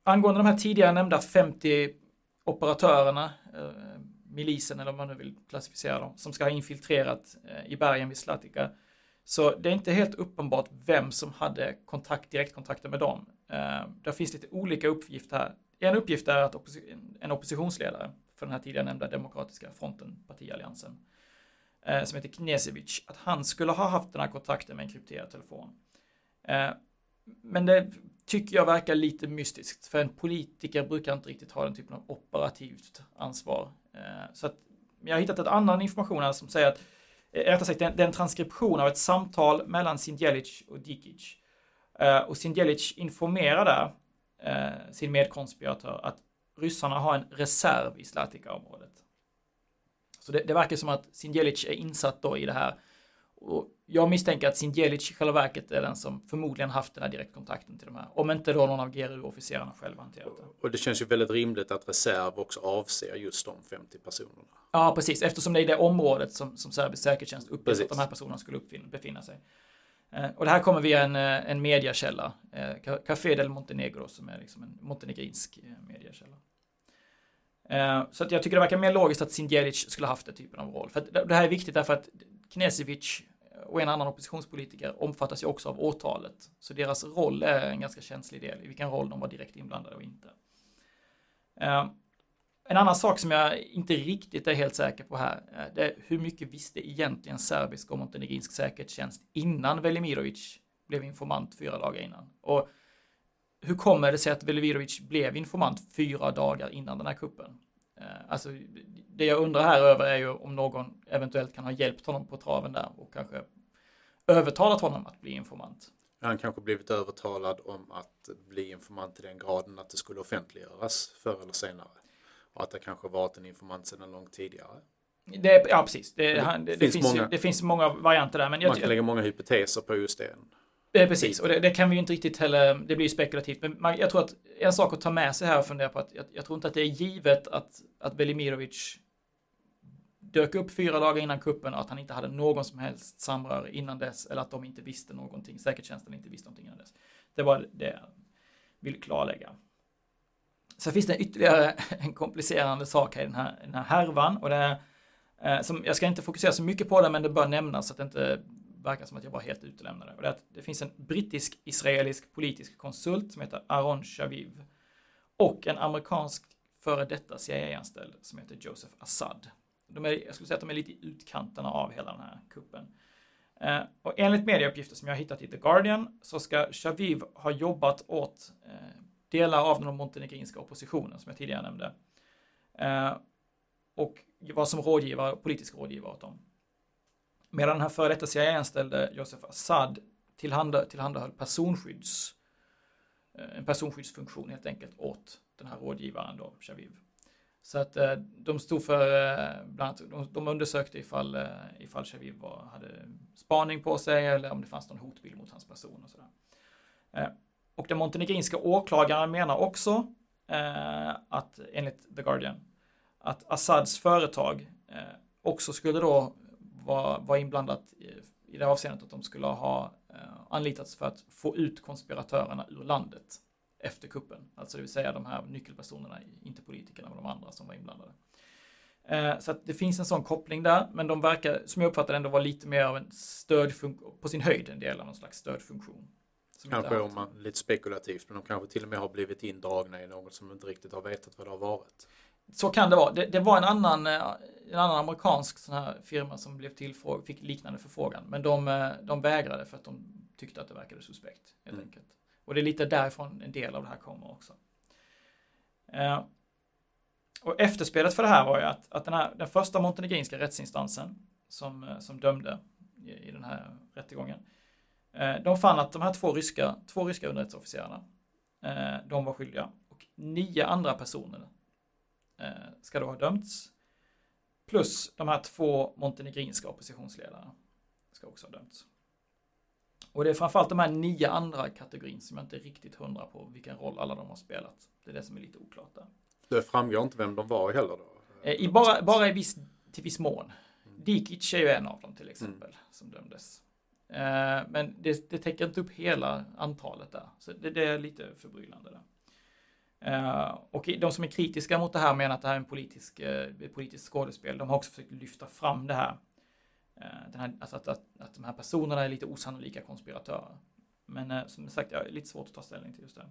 angående de här tidigare nämnda femtio operatörerna, eh, milisen eller vad man nu vill klassificera dem, som ska ha infiltrerat eh, i bergen vid Slatica. Så det är inte helt uppenbart vem som hade kontakt, direktkontakter med dem. Eh, där finns lite olika uppgifter här. En uppgift är att opposi- en oppositionsledare för den här tidigare nämnda demokratiska fronten, partialliansen, eh, som heter Knežević, att han skulle ha haft den här kontakten med en krypterad telefon. Eh, men det tycker jag verkar lite mystiskt, för en politiker brukar inte riktigt ha den typen av operativt ansvar. Eh, så att jag har hittat ett annan information här som säger att rättare sagt, det är en transkription av ett samtal mellan Sinjelic och Dikic. Uh, och Sinjelic informerar där uh, sin medkonspiratör att ryssarna har en reserv i Slatica-området. Så det, det verkar som att Sinjelic är insatt då i det här. Och jag misstänker att Sinjelic i själva verket är den som förmodligen haft den här direktkontakten till de här. Om inte då någon av G R U-officerarna själva hanterat det. Och det känns ju väldigt rimligt att reserv också avser just de femtio personerna. Ja, precis. Eftersom det är det området som, som serbisk säkerhetstjänst uppger att de här personerna skulle uppfinna, befinna sig. Eh, och det här kommer via en, en mediakälla. Eh, Café del Montenegro, som är liksom en montenegrinsk eh, mediakälla. Eh, så att jag tycker det verkar mer logiskt att Sinjelic skulle haft den typen av roll. För att det, det här är viktigt därför att Knežević och en annan oppositionspolitiker omfattas ju också av åtalet. Så deras roll är en ganska känslig del i vilken roll de var direkt inblandade och inte. Eh, En annan sak som jag inte riktigt är helt säker på här, det är hur mycket visste egentligen serbisk och montenegrinsk säkerhetstjänst innan Velimirovic blev informant fyra dagar innan. Och hur kommer det sig att Velimirovic blev informant fyra dagar innan den här kuppen? Alltså, det jag undrar här över är ju om någon eventuellt kan ha hjälpt honom på traven där och kanske övertalat honom att bli informant. Han kanske blivit övertalad om att bli informant i den graden att det skulle offentliggöras förr eller senare. Och att det kanske varit en informant sedan långt tidigare. Det, ja, precis. Det, det, det, det, finns finns många, ju, det finns många varianter där. Men jag, man kan lägga många hypoteser på just det. Det, precis, och det, det kan vi ju inte riktigt heller, det blir ju spekulativt. Men man, jag tror att en sak att ta med sig här och fundera på att jag, jag tror inte att det är givet att, att Velimirovic dök upp fyra dagar innan kuppen och att han inte hade någon som helst samröre innan dess, eller att de inte visste någonting, säkerhetstjänsten inte visste någonting innan dess. Det var det jag vill klarlägga. Så finns det ytterligare en komplicerande sak här i den här, den här härvan. Och det är, eh, som, jag ska inte fokusera så mycket på det, men det bör nämnas så att det inte verkar som att jag var helt utelämnade. Och det är att det finns en brittisk-israelisk politisk konsult som heter Aron Shaviv. Och en amerikansk före detta C I A-anställd som heter Joseph Assad. De är, jag skulle säga att de är lite i utkanterna av hela den här kuppen. Eh, och enligt medieuppgifter som jag har hittat i The Guardian så ska Shaviv ha jobbat åt eh, delar av den montenegrinska oppositionen som jag tidigare nämnde. Eh, och var som rådgivare, politisk rådgivare åt dem. Medan den här före detta C I A-anställde Joseph Assad tillhanda, tillhandahöll personskydds, eh, en personskyddsfunktion helt enkelt åt den här rådgivaren då, Shaviv. Så att eh, de stod för, eh, bland annat, de, de undersökte ifall, eh, ifall Shaviv var, hade spaning på sig eller om det fanns någon hotbild mot hans person och sådär. Eh, Och den montenegrinska åklagaren menar också eh, att, enligt The Guardian, att Assads företag eh, också skulle då vara, vara inblandat i, i det avseendet att de skulle ha eh, anlitats för att få ut konspiratörerna ur landet efter kuppen. Alltså det vill säga de här nyckelpersonerna, inte politikerna men de andra som var inblandade. Eh, så att det finns en sån koppling där, men de verkar, som jag uppfattar ändå, vara lite mer av en stödfunktion, på sin höjd en del av någon slags stödfunktion. Kanske om man lite spekulativt, men de kanske till och med har blivit indragna i något som inte riktigt har vetat vad det har varit. Så kan det vara. Det, det var en annan, en annan amerikansk sån här firma som blev tillfråg, fick liknande förfrågan, men de, de vägrade för att de tyckte att det verkade suspekt helt mm. enkelt. Och det är lite därifrån en del av det här kommer också. Eh, och efterspelet för det här var ju att, att den, här, den första montenegrinska rättsinstansen som, som dömde i, i den här rättegången, de fann att de här två ryska, två ryska underrättelseofficerarna, de var skyldiga. Och nio andra personer ska då ha dömts. Plus de här två montenegrinska oppositionsledarna ska också ha dömts. Och det är framförallt de här nio andra kategorin som jag inte är riktigt hundra på vilken roll alla de har spelat. Det är det som är lite oklart där. Det framgår inte vem de var heller då? I bara, bara i viss, till viss mån. Mm. Dikic är ju en av dem till exempel mm. som dömdes. Men det, det täcker inte upp hela antalet där. Så det, det är lite förbryllande där. Uh, och de som är kritiska mot det här menar att det här är en politisk, uh, politisk skådespel. De har också försökt lyfta fram det här. Uh, den här alltså att, att, att de här personerna är lite osannolika konspiratörer. Men uh, som sagt, jag är lite svårt att ta ställning till just det.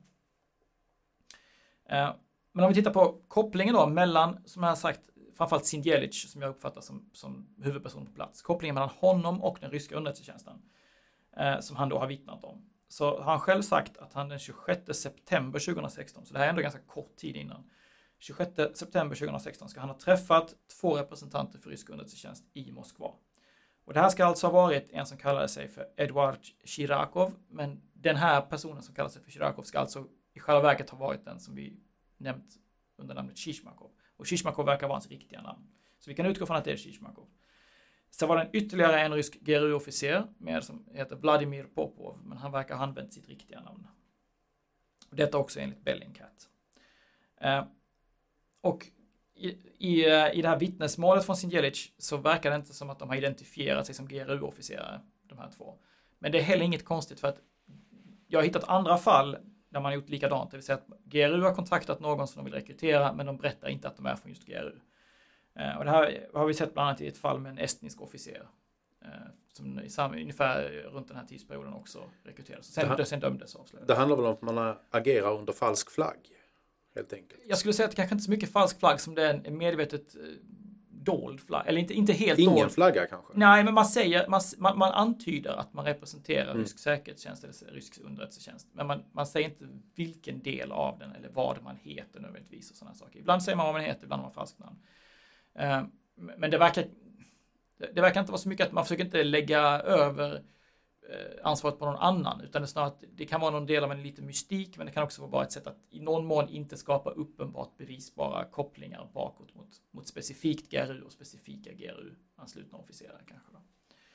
Uh, men om vi tittar på kopplingen då mellan, som jag har sagt, framförallt Sinjelic som jag uppfattar som, som huvudperson på plats. Kopplingen mellan honom och den ryska underrättelsetjänsten uh, som han då har vittnat om. Så har han själv sagt att han den tjugosjätte september tjugohundrasexton, så det här är ändå ganska kort tid innan, tjugosjätte september tjugohundrasexton ska han ha träffat två representanter för rysk underrättelsetjänst i Moskva. Och det här ska alltså ha varit en som kallade sig för Eduard Shirakov, men den här personen som kallar sig för Shirakov ska alltså i själva verket ha varit den som vi nämnt under namnet Shishmakov. Och Shishmakov verkar vara hans riktiga namn. Så vi kan utgå från att det är Shishmakov. Så var det en ytterligare en rysk G R U-officer med som heter Vladimir Popov, men han verkar ha använt sitt riktiga namn. Och detta också enligt Bellingcat. Eh, och i, i, i det här vittnesmålet från Sinjelic så verkar det inte som att de har identifierat sig som G R U-officerare, de här två. Men det är heller inget konstigt för att jag har hittat andra fall där man har gjort likadant. Det vill säga att G R U har kontaktat någon som de vill rekrytera, men de berättar inte att de är från just G R U. Och det här har vi sett bland annat i ett fall med en estnisk officer som i samma, ungefär runt den här tidsperioden också rekryterades. Sen, det, sen dömdes avslöjades. Det handlar väl om att man agerar under falsk flagg, helt enkelt. Jag skulle säga att det kanske inte är så mycket falsk flagg som det är en medvetet dold flagg. Eller inte, inte helt Ingen dold. flagga kanske? Nej, men man säger, man, man, man antyder att man representerar mm. rysk säkerhetstjänst eller rysk underrättelsetjänst. Men man, man säger inte vilken del av den eller vad man heter nödvändigtvis och sådana saker. Ibland säger man vad man heter, ibland har man falskt namn. Men det verkar, det verkar inte vara så mycket att man försöker inte lägga över ansvaret på någon annan, utan det är snarare att det kan vara någon del av en liten mystik, men det kan också vara bara ett sätt att i någon mån inte skapa uppenbart bevisbara kopplingar bakåt mot, mot specifikt G R U och specifika G R U-anslutna officerare kanske då.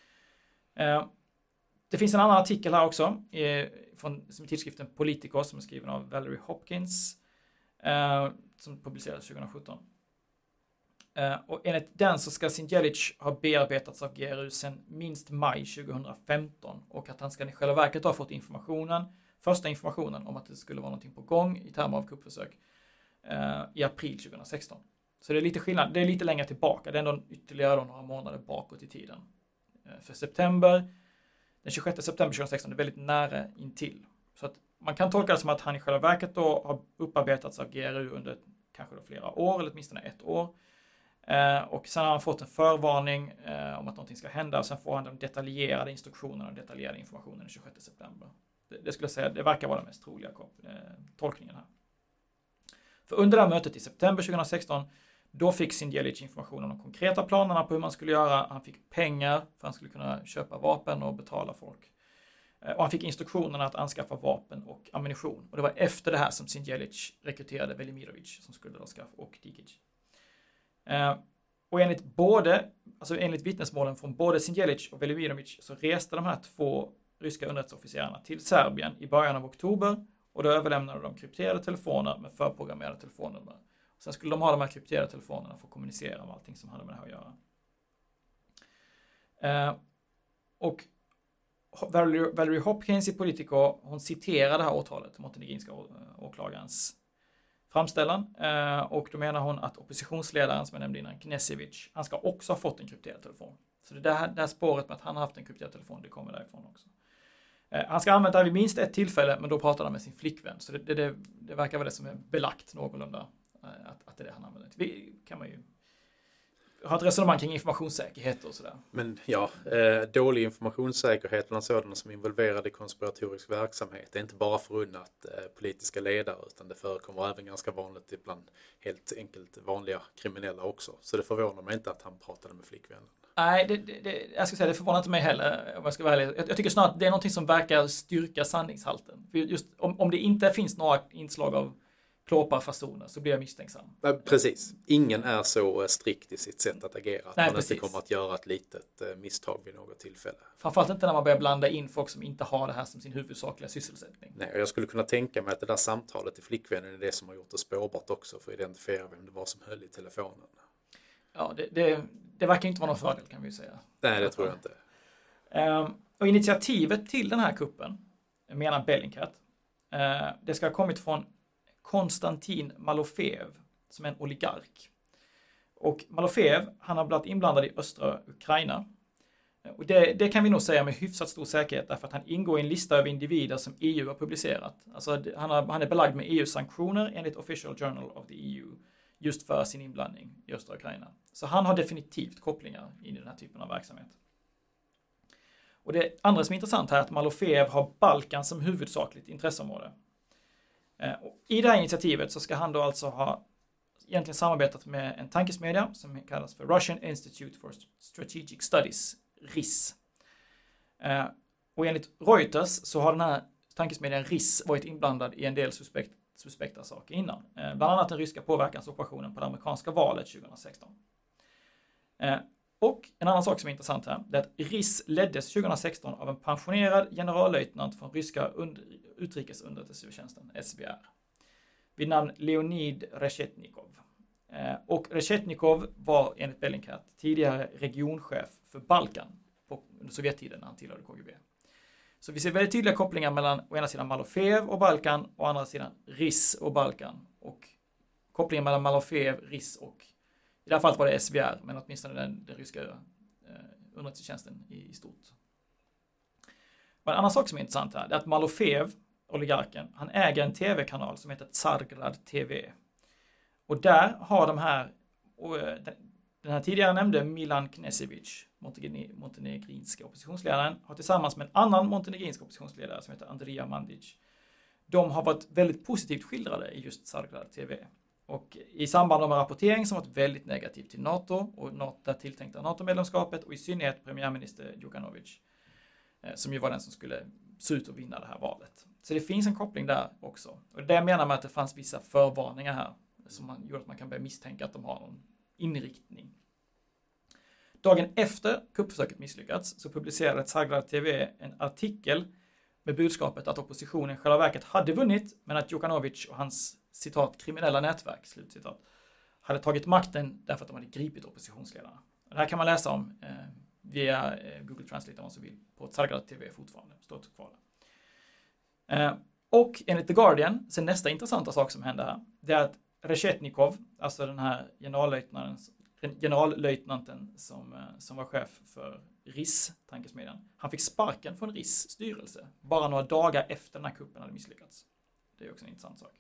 Det finns en annan artikel här också från som tidskriften Politico som är skriven av Valerie Hopkins som publicerades tjugohundrasjutton. Uh, och enligt den så ska Sinjelic ha bearbetats av G R U sedan minst maj tjugohundrafemton och att han ska i själva verket ha fått informationen, första informationen om att det skulle vara någonting på gång i termer av kuppförsök uh, i april tjugohundrasexton. Så det är lite skillnad, det är lite längre tillbaka, det är ändå ytterligare några månader bakåt i tiden. Uh, för september, den tjugosjätte september tjugohundrasexton, det är väldigt nära intill. Så att man kan tolka det som att han i själva verket då har upparbetats av G R U under kanske då flera år eller åtminstone ett år. Uh, och sen har han fått en förvarning uh, om att någonting ska hända och sen får han de detaljerade instruktionerna och detaljerade informationen den tjugosjätte september. Det, det skulle jag säga, det verkar vara den mest troliga uh, tolkningen här. För under det här mötet i september tjugohundrasexton då fick Sinjelic information om de konkreta planerna på hur man skulle göra. Han fick pengar för att han skulle kunna köpa vapen och betala folk. Uh, och han fick instruktionerna att anskaffa vapen och ammunition. Och det var efter det här som Sinjelic rekryterade Velimirovic som skulle då skaffa och Dikic. Uh, och enligt både, alltså enligt vittnesmålen från både Sinjelic och Velimirovic så reste de här två ryska underrättelseofficerarna till Serbien i början av oktober och då överlämnade de krypterade telefoner med förprogrammerade telefonnummer. Och sen skulle de ha de här krypterade telefonerna för att kommunicera om allting som hade med det här att göra. Uh, och Valerie, Valerie Hopkins i Politico, hon citerar det här åtalet, montenegrinska åklagarens framställan, och då menar hon att oppositionsledaren som jag nämnde innan, Knesevic, han ska också ha fått en krypterad telefon. Så det här, det här spåret med att han har haft en krypterad telefon, det kommer därifrån också. Han ska använda det vid minst ett tillfälle, men då pratar han med sin flickvän. Så det, det, det, det verkar vara det som är belagt någorlunda, att, att det är det han använder. Det kan man ju ha ett resonemang kring informationssäkerhet och sådär. Men ja, eh, dålig informationssäkerhet bland sådana som är involverade i konspiratorisk verksamhet. Det är inte bara förunnat eh, politiska ledare, utan det förekommer även ganska vanligt ibland helt enkelt vanliga kriminella också. Så det förvånar mig inte att han pratade med flickvännen. Nej, det, det, det, jag ska säga det förvånar inte mig heller om jag ska vara ärlig. Jag, jag tycker snarare att det är något som verkar styrka sanningshalten. För just om, om det inte finns några inslag av klåparfasoner så blir jag misstänksam. Ja, precis. Ingen är så strikt i sitt sätt att agera att Nej, man precis. inte kommer att göra ett litet misstag vid något tillfälle. Framförallt inte när man börjar blanda in folk som inte har det här som sin huvudsakliga sysselsättning. Nej, och jag skulle kunna tänka mig att det där samtalet till flickvännen är det som har gjort det spårbart också för att identifiera vem det var som höll i telefonen. Ja, det, det, det verkar inte vara någon fördel kan vi ju säga. Nej, det tror jag inte. Um, och initiativet till den här kuppen, menar Bellingcat, uh, det ska ha kommit från Konstantin Malofejev som är en oligark. Och Malofejev, han har blivit inblandad i östra Ukraina. Och det, det kan vi nog säga med hyfsat stor säkerhet därför att han ingår i en lista över individer som E U har publicerat. Alltså han, har, han är belagd med E U-sanktioner enligt Official Journal of the E U just för sin inblandning i östra Ukraina. Så han har definitivt kopplingar in i den här typen av verksamhet. Och det andra som är intressant här är att Malofejev har Balkan som huvudsakligt intresseområde. Och i det här initiativet så ska han då alltså ha egentligen samarbetat med en tankesmedja som kallas för Russian Institute for Strategic Studies, R I S. Och enligt Reuters så har den här tankesmedjan R I S varit inblandad i en del suspekt, suspekta saker innan. Bland annat den ryska påverkansoperationen på det amerikanska valet tjugohundrasexton. Och en annan sak som är intressant här är att R I S leddes tjugohundrasexton av en pensionerad generallöjtnant från ryska under, utrikesunderrättelsetjänsten S V R vid namn Leonid Reshetnikov. Och Reshetnikov var enligt Bellingcat tidigare regionchef för Balkan på, under Sovjettiden när han tillhörde K G B. Så vi ser väldigt tydliga kopplingar mellan å ena sidan Malofejev och Balkan och å andra sidan R I S och Balkan. Och kopplingen mellan Malofejev, R I S och i det här fallet var det S V R, men åtminstone den, den ryska eh, underrättelsetjänsten i, i stort. Och en annan sak som är intressant här är att Malofejev, oligarken, han äger en tv-kanal som heter Tsargrad T V. Och där har de här, och den, den här tidigare nämnde Milan Knežević, montenegrinska oppositionsledaren, har tillsammans med en annan montenegrinsk oppositionsledare som heter Andrija Mandić. De har varit väldigt positivt skildrade i just Tsargrad T V. Och i samband med rapportering som varit väldigt negativ till NATO och det tilltänkta NATO-medlemskapet och i synnerhet premiärminister Djukanovic som ju var den som skulle se ut att vinna det här valet. Så det finns en koppling där också. Och det menar man att det fanns vissa förvarningar här som man gjorde att man kan börja misstänka att de har någon inriktning. Dagen efter kuppförsöket misslyckats så publicerade Tsargrad T V en artikel med budskapet att oppositionen i själva verket hade vunnit men att Djukanovic och hans citat kriminella nätverk slutcitat hade tagit makten därför att de hade gripit oppositionsledarna. Det här kan man läsa om eh, via eh, Google Translate om man så vill på Tsargrad T V fortfarande. Står kvar där. Eh, och enligt The Guardian så nästa intressanta sak som hände här det är att Reshetnikov, alltså den här generallöjtnanten, generallöjtnanten som, eh, som var chef för R I S, tankesmedjan, han fick sparken från R I S styrelse bara några dagar efter den här kuppen hade misslyckats. Det är också en intressant sak.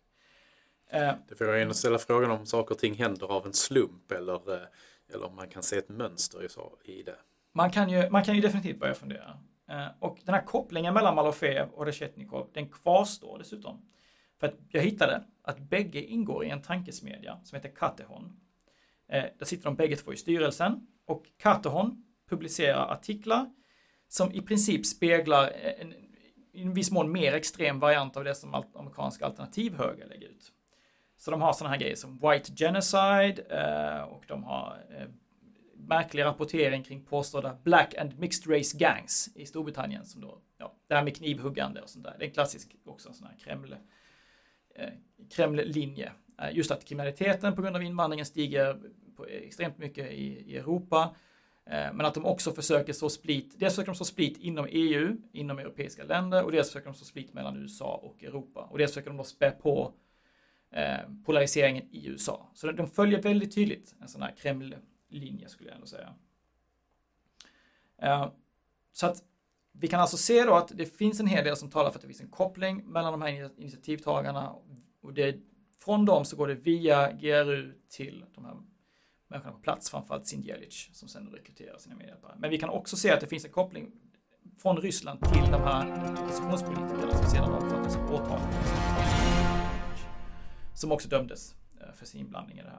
Det får jag in och ställa frågan om saker och ting händer av en slump eller, eller om man kan se ett mönster i det. Man kan ju, man kan ju definitivt börja fundera. Och den här kopplingen mellan Malofejev och Reshetnikov, den kvarstår dessutom. För att jag hittade att bägge ingår i en tankesmedja som heter Katehon. Där sitter de bägge två i styrelsen och Katehon publicerar artiklar som i princip speglar en, i en viss mån mer extrem variant av det som amerikanska alternativhöger lägger ut. Så de har sådana här grejer som white genocide eh, och de har eh, märklig rapportering kring påstådda black and mixed race gangs i Storbritannien som då, ja, det här med knivhuggande och sånt där. Det är en klassisk också en sån här Kreml, eh, Kreml-linje. Eh, just att kriminaliteten på grund av invandringen stiger på extremt mycket i, i Europa. Eh, men att de också försöker så split, dels försöker de så split inom E U, inom europeiska länder och dels försöker de så split mellan U S A och Europa. Och dels försöker de då spä på Eh, polariseringen i U S A. Så de, de följer väldigt tydligt en sån här Kreml-linje skulle jag ändå säga. Eh, så att vi kan alltså se då att det finns en hel del som talar för att det finns en koppling mellan de här initiativtagarna och det, från dem så går det via G R U till de här människorna på plats, framförallt Sinjelic som sen rekryterar sina medhjälpare. Men vi kan också se att det finns en koppling från Ryssland till de här oppositionspolitikerna som sedan omfattas av åtal. Som också dömdes för sin inblandning i det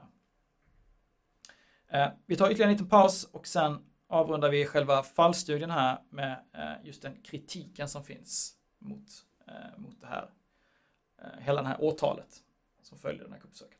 här. Vi tar ytterligare en liten paus och sen avrundar vi själva fallstudien här med just den kritiken som finns mot, mot det här. Hela det här åtalet som följer den här kuppförsöket.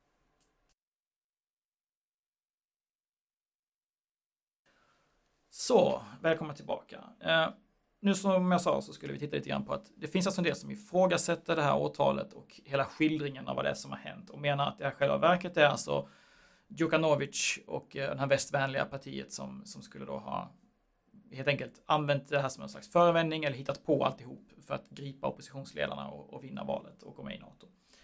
Så, välkomna tillbaka. Nu som jag sa så skulle vi titta lite grann på att det finns alltså en del som ifrågasätter det här åtalet och hela skildringen av vad det är som har hänt och menar att det här själva verket är alltså Djukanovic och det här västvänliga partiet som, som skulle då ha helt enkelt använt det här som en slags förevändning eller hittat på alltihop för att gripa oppositionsledarna och, och vinna valet och gå med i NATO.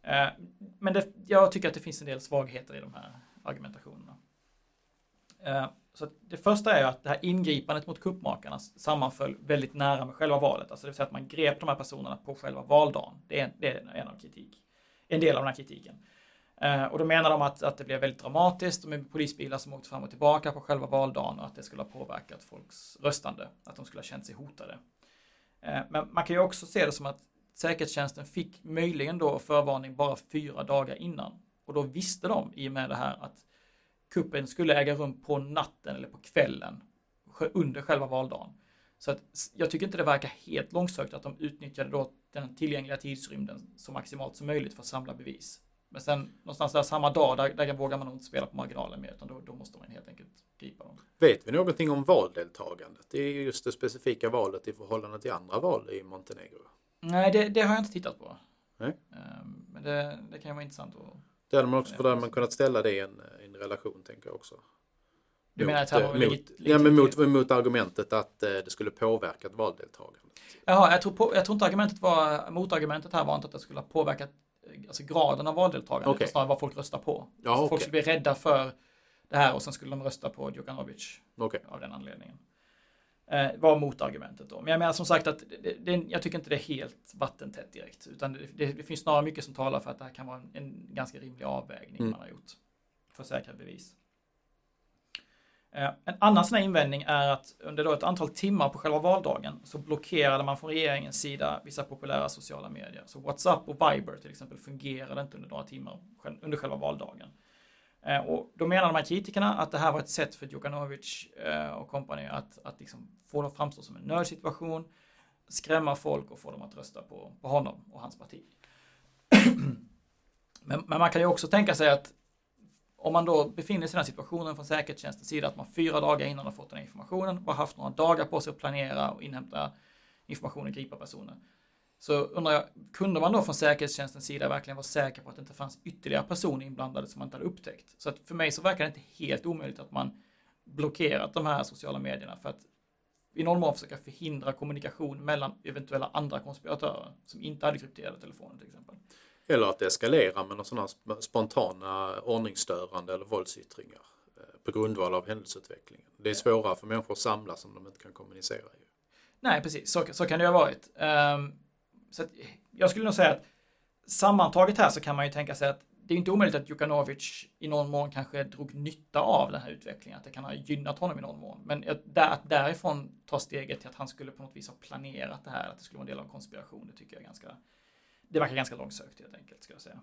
Eh, men det, jag tycker att det finns en del svagheter i de här argumentationerna. Eh, så det första är att det här ingripandet mot kuppmakarna sammanföll väldigt nära med själva valet. Alltså det vill säga att man grep de här personerna på själva valdagen. Det är, det är en av kritik. En del av den här kritiken. Eh, och då menar de att, att det blev väldigt dramatiskt med polisbilar som åkte fram och tillbaka på själva valdagen och att det skulle ha påverkat folks röstande. Att de skulle ha känt sig hotade. Eh, men man kan ju också se det som att säkerhetstjänsten fick möjligen då förvarning bara fyra dagar innan. Och då visste de i och med det här att kuppen skulle äga rum på natten eller på kvällen under själva valdagen. Så att jag tycker inte det verkar helt långsökt att de utnyttjade då den tillgängliga tidsrymden så maximalt som möjligt för att samla bevis. Men sen någonstans där samma dag, där, där vågar man nog inte spela på marginalen mer, utan då, då måste man helt enkelt gripa dem. Vet vi någonting om valdeltagandet? Det är just det specifika valet i förhållande till andra val i Montenegro. Nej, det, det har jag inte tittat på. Nej. Men det, det kan ju vara intressant att... Det hade man också, för där man kunnat ställa det i en, en relation, tänker jag också. Du menar att mot, mot, legit, ja, men mot, mot argumentet att eh, det skulle påverkat valdeltagandet. Jaha, jag tror, på, jag tror inte argumentet var, motargumentet här var inte att det skulle ha påverkat alltså graden av valdeltagande, okay. utan snarare vad folk röstar på. Ja, okay. Folk skulle bli rädda för det här och sen skulle de rösta på Djukanovic okay. av den anledningen. Eh, var motargumentet då. Men jag menar som sagt att det, det, jag tycker inte det är helt vattentätt direkt, utan det, det, det finns snarare mycket som talar för att det här kan vara en, en ganska rimlig avvägning mm. man har gjort för säkra bevis. Eh, en annan sån här invändning är att under då ett antal timmar på själva valdagen så blockerade man från regeringens sida vissa populära sociala medier. Så WhatsApp och Viber till exempel fungerade inte under några timmar under själva valdagen. Eh, och då menar de här kritikerna att det här var ett sätt för Djukanovic eh, och kompani att, att liksom få dem att framstå som en nödsituation, skrämma folk och få dem att rösta på, på honom och hans parti. men, men man kan ju också tänka sig att om man då befinner sig i den här situationen från säkerhetstjänstens sida att man fyra dagar innan har fått den här informationen och har haft några dagar på sig att planera och inhämta information och gripa personer. Så undrar jag, kunde man då från säkerhetstjänstens sida verkligen vara säker på att det inte fanns ytterligare personer inblandade som man inte hade upptäckt? Så att för mig så verkar det inte helt omöjligt att man blockerat de här sociala medierna för att i någon mån försöka förhindra kommunikation mellan eventuella andra konspiratörer som inte hade krypterade telefoner till exempel. Eller att det eskalerar med några sådana spontana ordningsstörande eller våldsyttringar på grundval av händelseutvecklingen. Det är svårare för människor att samlas om de inte kan kommunicera. Ju. Nej, precis. Så, så kan det ju ha varit. Um, så att, jag skulle nog säga att sammantaget här så kan man ju tänka sig att det är inte omöjligt att Djukanovic i någon mån kanske drog nytta av den här utvecklingen. Att det kan ha gynnat honom i någon mån. Men att därifrån ta steget till att han skulle på något vis ha planerat det här. Att det skulle vara en del av konspiration. Det tycker jag är ganska... Det verkar ganska långsökt helt enkelt, ska jag säga.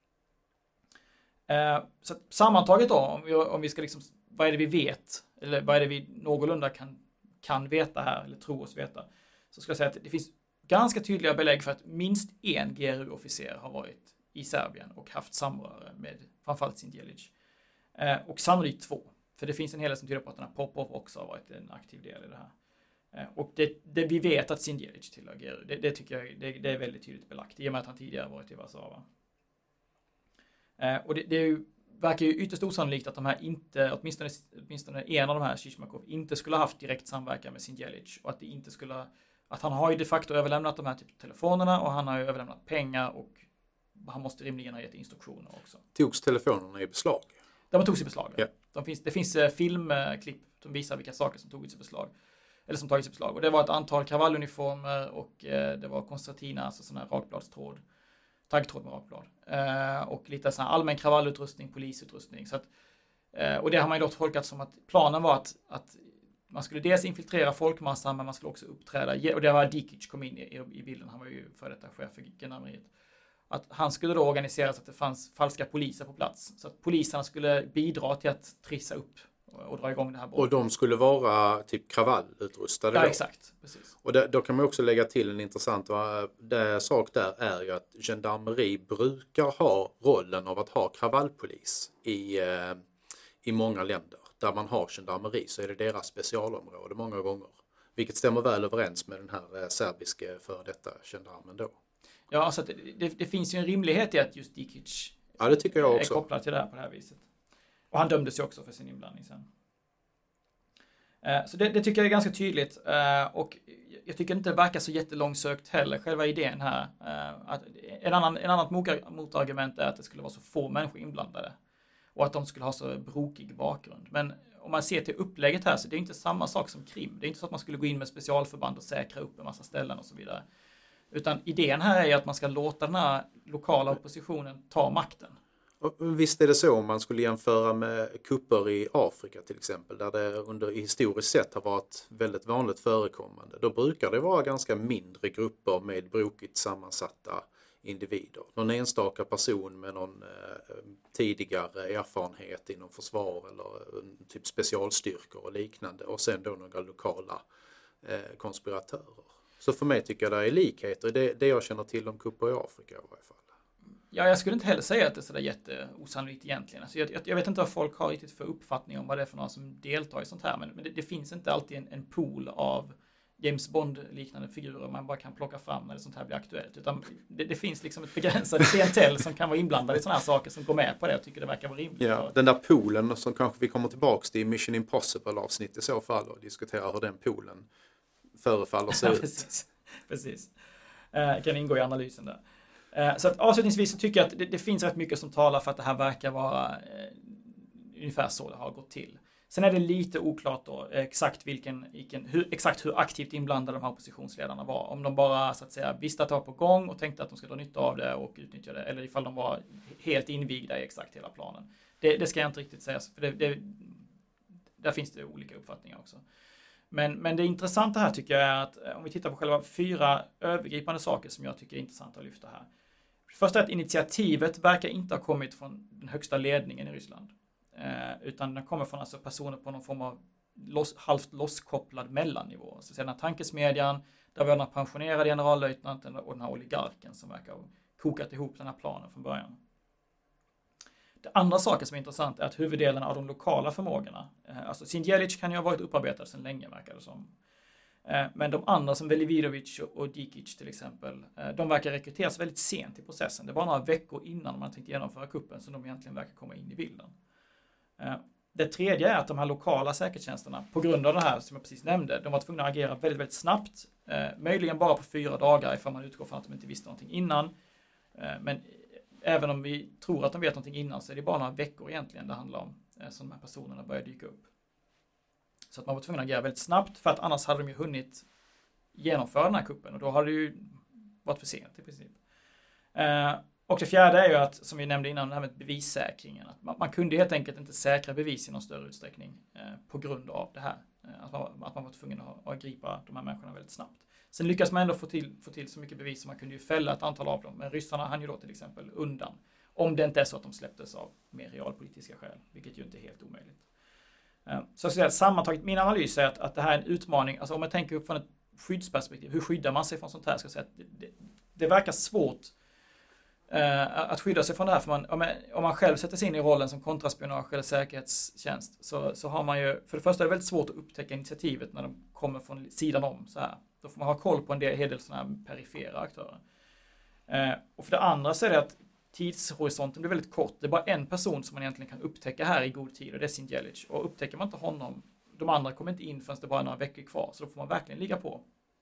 Eh, så sammantaget då, om vi, om vi ska liksom, vad är det vi vet? Eller vad är det vi någorlunda kan, kan veta här, eller tro oss veta? Så ska jag säga att det finns ganska tydliga belägg för att minst en G R U-officer har varit i Serbien och haft samröre med framförallt Sinjelic. Eh, och sannolikt två. För det finns en hel del som tyder på att den här Popov också har varit en aktiv del i det här. Och det, det vi vet att Sinjelic tillhör G R U, det, det tycker jag det, det är väldigt tydligt belagt i och med att han tidigare varit i Warszawa. Eh, och det, det är ju, verkar ju ytterst osannolikt att de här inte, åtminstone, åtminstone en av de här, Shishmakov, inte skulle ha haft direkt samverkan med Sinjelic och att det inte skulle, att han har ju de facto överlämnat de här typ telefonerna och han har ju överlämnat pengar och han måste rimligen ha gett instruktioner också. Togs telefonerna i beslag? De togs i beslag. Ja. De finns, det finns filmklipp som visar vilka saker som togs i beslag. Eller som tagits i beslag. Och det var ett antal kravalluniformer och eh, det var koncertina, alltså sån här rakbladstråd. Taggtråd med rakblad. Eh, och lite sån här allmän kravallutrustning, polisutrustning. Så att, eh, och det har man ju då tolkat som att planen var att, att man skulle dels infiltrera folkmassan men man skulle också uppträda. Och det var Dikic kom in i, i bilden. Han var ju för detta chef för gendarmeriet. Att han skulle då organisera så att det fanns falska poliser på plats. Så att poliserna skulle bidra till att trissa upp och dra igång det här. Och de skulle vara typ kravallutrustade? Ja, då. exakt. Precis. Och det, då kan man också lägga till en intressant det, sak där är ju att gendarmeri brukar ha rollen av att ha kravallpolis i, eh, i många länder. Där man har gendarmeri så är det deras specialområde många gånger. Vilket stämmer väl överens med den här eh, serbiska för detta gendarmen då. Ja, alltså det, det, det finns ju en rimlighet i att just Dikic ja, det tycker jag också. är kopplad till det här på det här viset. Och han dömdes ju också för sin inblandning sen. Så det, det tycker jag är ganska tydligt. Och jag tycker inte det verkar så jättelångsökt heller, själva idén här. Att en annan, en annat motargument är att det skulle vara så få människor inblandade. Och att de skulle ha så brokig bakgrund. Men om man ser till upplägget här så det är inte samma sak som Krim. Det är inte så att man skulle gå in med specialförband och säkra upp en massa ställen och så vidare. Utan idén här är att man ska låta den här lokala oppositionen ta makten. Och visst är det så om man skulle jämföra med kupper i Afrika till exempel, där det under historiskt sett har varit väldigt vanligt förekommande. Då brukar det vara ganska mindre grupper med brokigt sammansatta individer. Någon enstaka person med någon eh, tidigare erfarenhet inom försvar eller eh, typ specialstyrkor och liknande. Och sen då några lokala eh, konspiratörer. Så för mig tycker jag det är likheter. Det, det jag känner till om kupper i Afrika i varje fall. Ja, jag skulle inte heller säga att det är sådär jätteosannolikt egentligen. Alltså jag, jag, jag vet inte vad folk har riktigt för uppfattning om vad det är för några som deltar i sånt här. Men, men det, det finns inte alltid en, en pool av James Bond-liknande figurer man bara kan plocka fram när det sånt här blir aktuellt. Utan det, det finns liksom ett begränsat klientell som kan vara inblandade i såna här saker som går med på det och tycker det verkar vara rimligt. Ja, den där poolen som kanske vi kommer tillbaka till i Mission Impossible-avsnitt i så fall och diskutera hur den poolen förefaller se ut. Precis, precis. Eh, kan ingå i analysen där. Eh, så att avslutningsvis så tycker jag att det, det finns rätt mycket som talar för att det här verkar vara eh, ungefär så det har gått till. Sen är det lite oklart då exakt vilken, vilken hur, exakt hur aktivt inblandade de här oppositionsledarna var. Om de bara så att säga visste att det var på gång och tänkte att de skulle dra nytta av det och utnyttja det. Eller ifall de var helt invigda i exakt hela planen. Det, det ska jag inte riktigt säga. För det, det, där finns det olika uppfattningar också. Men, men det intressanta här tycker jag är att om vi tittar på själva fyra övergripande saker som jag tycker är intressant att lyfta här. Först är att initiativet verkar inte ha kommit från den högsta ledningen i Ryssland. Eh, utan den kommer från alltså personer på någon form av loss, halvt losskopplad mellannivå. Så den här tankesmedjan, där vi har den här pensionerade generallöjtnanten och den här oligarken som verkar ha kokat ihop den här planen från början. Det andra saken som är intressant är att huvuddelen av de lokala förmågorna, eh, alltså Sinjelic kan ju ha varit upparbetad sedan länge verkar det som. Eh, men de andra som Velividovic och, och Dikic till exempel, eh, de verkar rekryteras väldigt sent i processen. Det var några veckor innan man tänkte genomföra kuppen som de egentligen verkar komma in i bilden. Det tredje är att de här lokala säkerhetstjänsterna, på grund av det här som jag precis nämnde, de var tvungna att agera väldigt, väldigt snabbt. Eh, möjligen bara på fyra dagar ifall man utgår från att de inte visste någonting innan. Eh, men även om vi tror att de vet någonting innan så är det bara några veckor egentligen det handlar om eh, som de här personerna börjar dyka upp. Så att man var tvungen att agera väldigt snabbt för att annars hade de ju hunnit genomföra den här kuppen och då hade det ju varit för sent i princip. Eh, Och det fjärde är ju att, som vi nämnde innan, det här med bevissäkringen. Att man, man kunde helt enkelt inte säkra bevis i någon större utsträckning eh, på grund av det här. Eh, att, man, att man var tvungen att, att gripa de här människorna väldigt snabbt. Sen lyckas man ändå få till, få till så mycket bevis som man kunde ju fälla ett antal av dem. Men ryssarna hann ju då till exempel undan. Om det inte är så att de släpptes av mer realpolitiska skäl, vilket ju inte är helt omöjligt. Eh, så att säga, sammantaget, min analys är att, att det här är en utmaning. Alltså om man tänker upp från ett skyddsperspektiv, hur skyddar man sig från sånt här? Ska jag säga att det, det, det verkar svårt att skydda sig från det här, för man, om, man, om man själv sätter sig in i rollen som kontraspionage eller säkerhetstjänst så, så har man ju, för det första är det väldigt svårt att upptäcka initiativet när de kommer från sidan om så här. Då får man ha koll på en del, hel del sådana här perifera aktörer. Eh, och för det andra så är det att tidshorisonten blir väldigt kort. Det är bara en person som man egentligen kan upptäcka här i god tid och det är Sinjelic. Och upptäcker man inte honom, de andra kommer inte in förrän det bara är några veckor kvar, så då får man verkligen ligga på.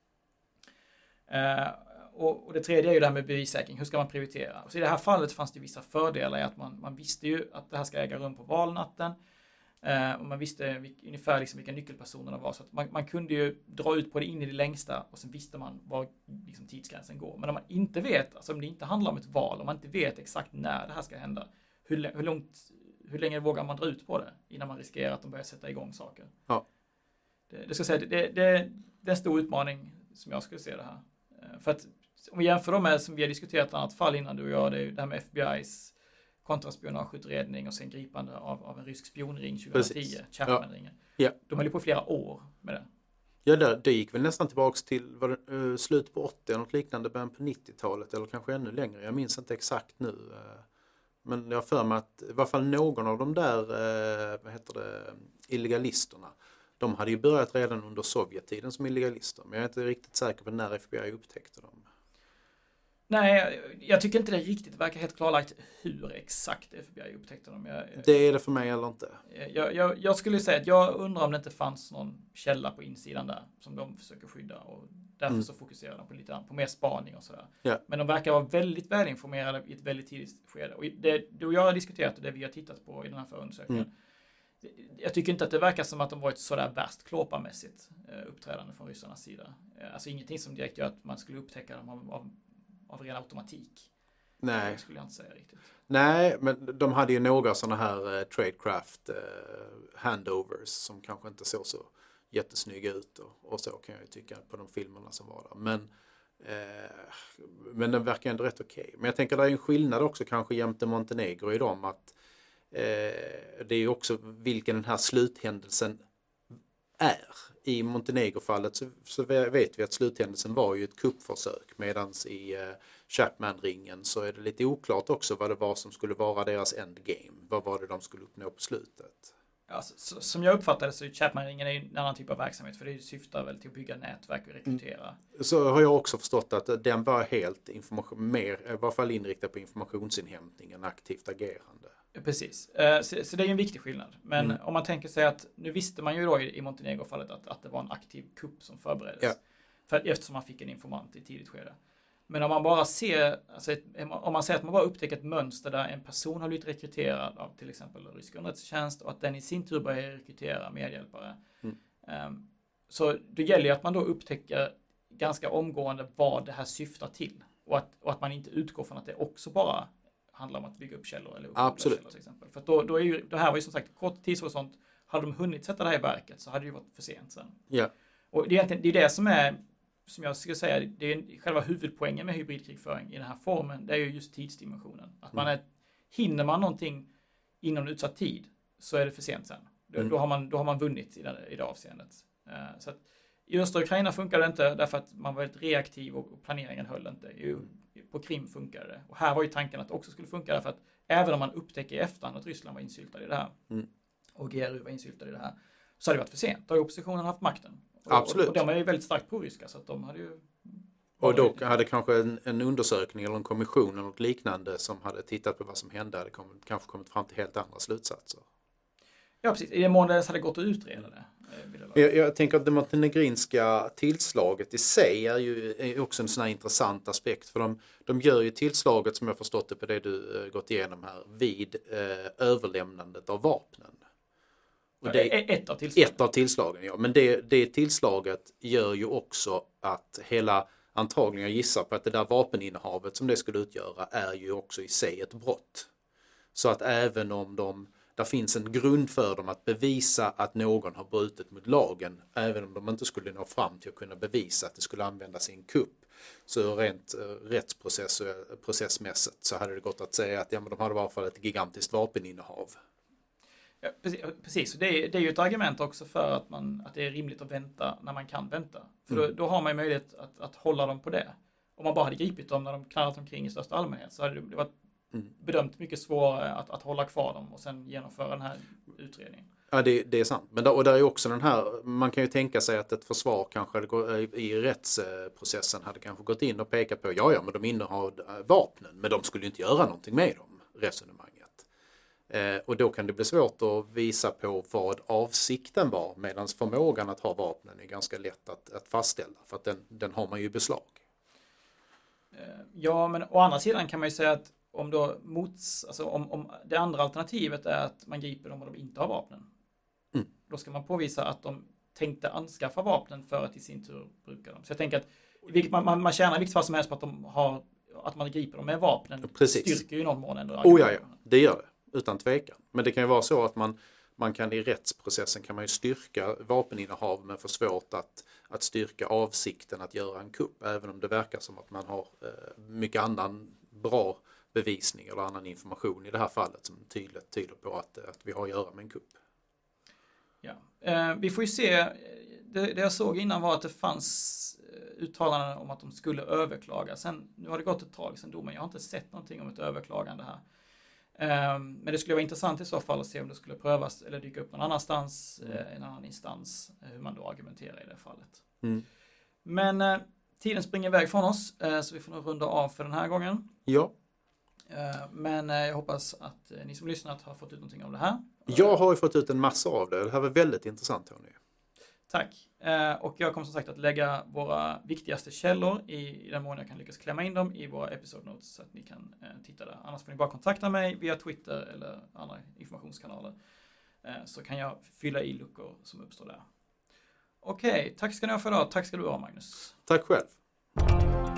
Eh, Och, och det tredje är ju det här med bevissäkring. Hur ska man prioritera? Så i det här fallet fanns det vissa fördelar i att man, man visste ju att det här ska äga rum på valnatten. Eh, och man visste vilk, ungefär liksom vilka nyckelpersonerna var. Så att man, man kunde ju dra ut på det in i det längsta och sen visste man var liksom tidsgränsen går. Men om man inte vet, alltså om det inte handlar om ett val, om man inte vet exakt när det här ska hända, hur, hur, långt, hur länge vågar man dra ut på det innan man riskerar att de börjar sätta igång saker? Ja. Det, det, ska säga, det, det, det är en stor utmaning som jag skulle se det här. Eh, för att om vi jämför dem med, som vi har diskuterat ett annat fall innan du och jag, det är det här med F B I:s kontraspionageutredning och sen gripande av, av en rysk spionring tjugohundratio, Chapman-ringen. Ja. Ja. De höll ju på flera år med det. Ja, det, det gick väl nästan tillbaks till var det, uh, slut på åttio eller något liknande, början på nittiotalet eller kanske ännu längre. Jag minns inte exakt nu. Uh, men jag har för mig att i alla fall någon av de där uh, vad heter det, illegalisterna, de hade ju börjat redan under Sovjettiden som illegalister. Men jag är inte riktigt säker på när F B I upptäckte dem. Nej, jag tycker inte det riktigt verkar helt klarlagt hur exakt F B I upptäckte dem. Jag, det är det för mig eller inte. Jag, jag, jag skulle säga att jag undrar om det inte fanns någon källa på insidan där som de försöker skydda och därför mm. så fokuserar de på lite på mer spaning och sådär. Yeah. Men de verkar vara väldigt välinformerade i ett väldigt tidigt skede. Och det du och jag har diskuterat och det vi har tittat på i den här förundersökningen. Mm. Jag tycker inte att det verkar som att de varit sådär värst klåparmässigt uppträdande från ryssarnas sida. Alltså ingenting som direkt gör att man skulle upptäcka dem av, av av ren automatik. Nej. Det skulle jag inte säga riktigt. Nej, men de hade ju några sådana här uh, tradecraft uh, handovers som kanske inte såg så jättesnygga ut och, och så kan jag ju tycka på de filmerna som var där. Men, uh, men den verkar ändå rätt okej. Okay. Men jag tänker att det är en skillnad också kanske jämte Montenegro i dem att uh, det är ju också vilken den här sluthändelsen är. I Montenegro-fallet så, så vet vi att sluthändelsen var ju ett kuppförsök medans i uh, Chapman-ringen så är det lite oklart också vad det var som skulle vara deras endgame. Vad var det de skulle uppnå på slutet? Ja, så, som jag uppfattade så är Chapman-ringen en annan typ av verksamhet för det syftar väl till att bygga nätverk och rekrytera. Mm. Så har jag också förstått att den var helt information, mer, i varje fall inriktad på informationsinhämtning än aktivt agerande. Precis, så, så det är en viktig skillnad. Men mm. om man tänker sig att nu visste man ju då i Montenegro-fallet att, att det var en aktiv kupp som förbereddes. Ja. För, eftersom man fick en informant i tidigt skede. Men om man bara ser, alltså ett, om man säger att man bara upptäcker ett mönster där en person har blivit rekryterad av till exempel rysk underrättelsetjänst och att den i sin tur börjar rekrytera medhjälpare. Mm. Um, så det gäller ju att man då upptäcker ganska omgående vad det här syftar till. Och att, och att man inte utgår från att det också bara handlar om att bygga upp källor eller uppfylla källor till exempel. För då, då är ju, det här var ju som sagt kort tidshorisont. Hade de hunnit sätta det här i verket så hade det ju varit för sent sen. Yeah. Och det är egentligen det, är det som är som jag skulle säga, det är själva huvudpoängen med hybridkrigföring i den här formen, det är ju just tidsdimensionen. Att man är, hinner man någonting inom en utsatt tid så är det för sent sen. Då, mm. då, har, man, då har man vunnit i det, i det avseendet. Uh, så att, i östra Ukraina funkar det inte därför att man var väldigt reaktiv och, och planeringen höll inte. Ju, på Krim funkar det. Och här var ju tanken att det också skulle funka därför att även om man upptäcker i efterhand att Ryssland var insyltad i det här mm. och G R U var insyltad i det här så hade det varit för sent. Då har ju oppositionen haft makten. Och, Absolut. Och, och de är ju väldigt starkt pro-ryska så att de hade ju... Och då hade kanske en, en undersökning eller en kommission eller något liknande som hade tittat på vad som hände hade kommit, kanske kommit fram till helt andra slutsatser. Ja, precis. I den mån det hade gått att utreda det. Jag, jag tänker att det montenegrinska tillslaget i sig är ju är också en sån här intressant aspekt. För de, de gör ju tillslaget, som jag förstått det på det du uh, gått igenom här, vid uh, överlämnandet av vapnen. Och det är ett av tillslagen. Ett av tillslagen, ja. Men det, det tillslaget gör ju också att hela, antagligen jag gissar på att det där vapeninnehavet som det skulle utgöra är ju också i sig ett brott. Så att även om de, där finns en grund för dem att bevisa att någon har brutit mot lagen, även om de inte skulle nå fram till att kunna bevisa att det skulle användas i en kupp, så rent uh, rättsprocess och processmässigt så hade det gått att säga att ja, men de hade i alla fall ett gigantiskt vapeninnehav. Ja, precis, det är, det är ju ett argument också för att, man, att det är rimligt att vänta när man kan vänta. För mm. då, då har man ju möjlighet att, att hålla dem på det. Om man bara hade gripit dem när de knallat omkring i största allmänhet så hade det varit mm. bedömt mycket svårare att, att hålla kvar dem och sen genomföra den här utredningen. Ja, det, det är sant. Men där, och där är också den här, man kan ju tänka sig att ett försvar kanske hade, i rättsprocessen hade kanske gått in och pekat på, ja ja, men de innehar vapnen, men de skulle ju inte göra någonting med dem, resonemanget. Eh, och då kan det bli svårt att visa på vad avsikten var, medan förmågan att ha vapnen är ganska lätt att, att fastställa, för att den, den har man ju i beslag. Ja, men å andra sidan kan man ju säga att om, då mots, alltså om, om det andra alternativet är att man griper dem och de inte har vapnen, mm. då ska man påvisa att de tänkte anskaffa vapnen för att i sin tur bruka dem. Så jag tänker att man, man, man tjänar i vilket fall som helst på att, de har, att man griper dem med vapnen. Precis. Styrker ju någon mån ändå. Oh, ja, ja, det gör det. Utan tvekan. Men det kan ju vara så att man, man kan i rättsprocessen kan man ju styrka vapeninnehav men få svårt att, att styrka avsikten att göra en kupp. Även om det verkar som att man har eh, mycket annan bra bevisning eller annan information i det här fallet som tydligt tyder på att, att vi har att göra med en kupp. Ja. Eh, vi får ju se, det, det jag såg innan var att det fanns uttalanden om att de skulle överklaga. Sen, nu har det gått ett tag sedan domen. Jag har inte sett någonting om ett överklagande här. Um, men det skulle vara intressant i så fall att se om det skulle prövas eller dyka upp någon annanstans, mm. eh, en annan instans, eh, hur man då argumenterar i det fallet. Mm. Men eh, tiden springer iväg från oss, så vi får nog runda av för den här gången. Ja. Men jag hoppas att ni som lyssnat har fått ut någonting av det här. Jag har ju fått ut en massa av det. Det här var väldigt intressant, Tony. Tack. Och jag kommer som sagt att lägga våra viktigaste källor i den mån jag kan lyckas klämma in dem i våra episode notes så att ni kan titta där. Annars får ni bara kontakta mig via Twitter eller andra informationskanaler. Så kan jag fylla i luckor som uppstår där. Okej, tack ska ni ha för idag. Tack ska du ha, Magnus. Tack själv.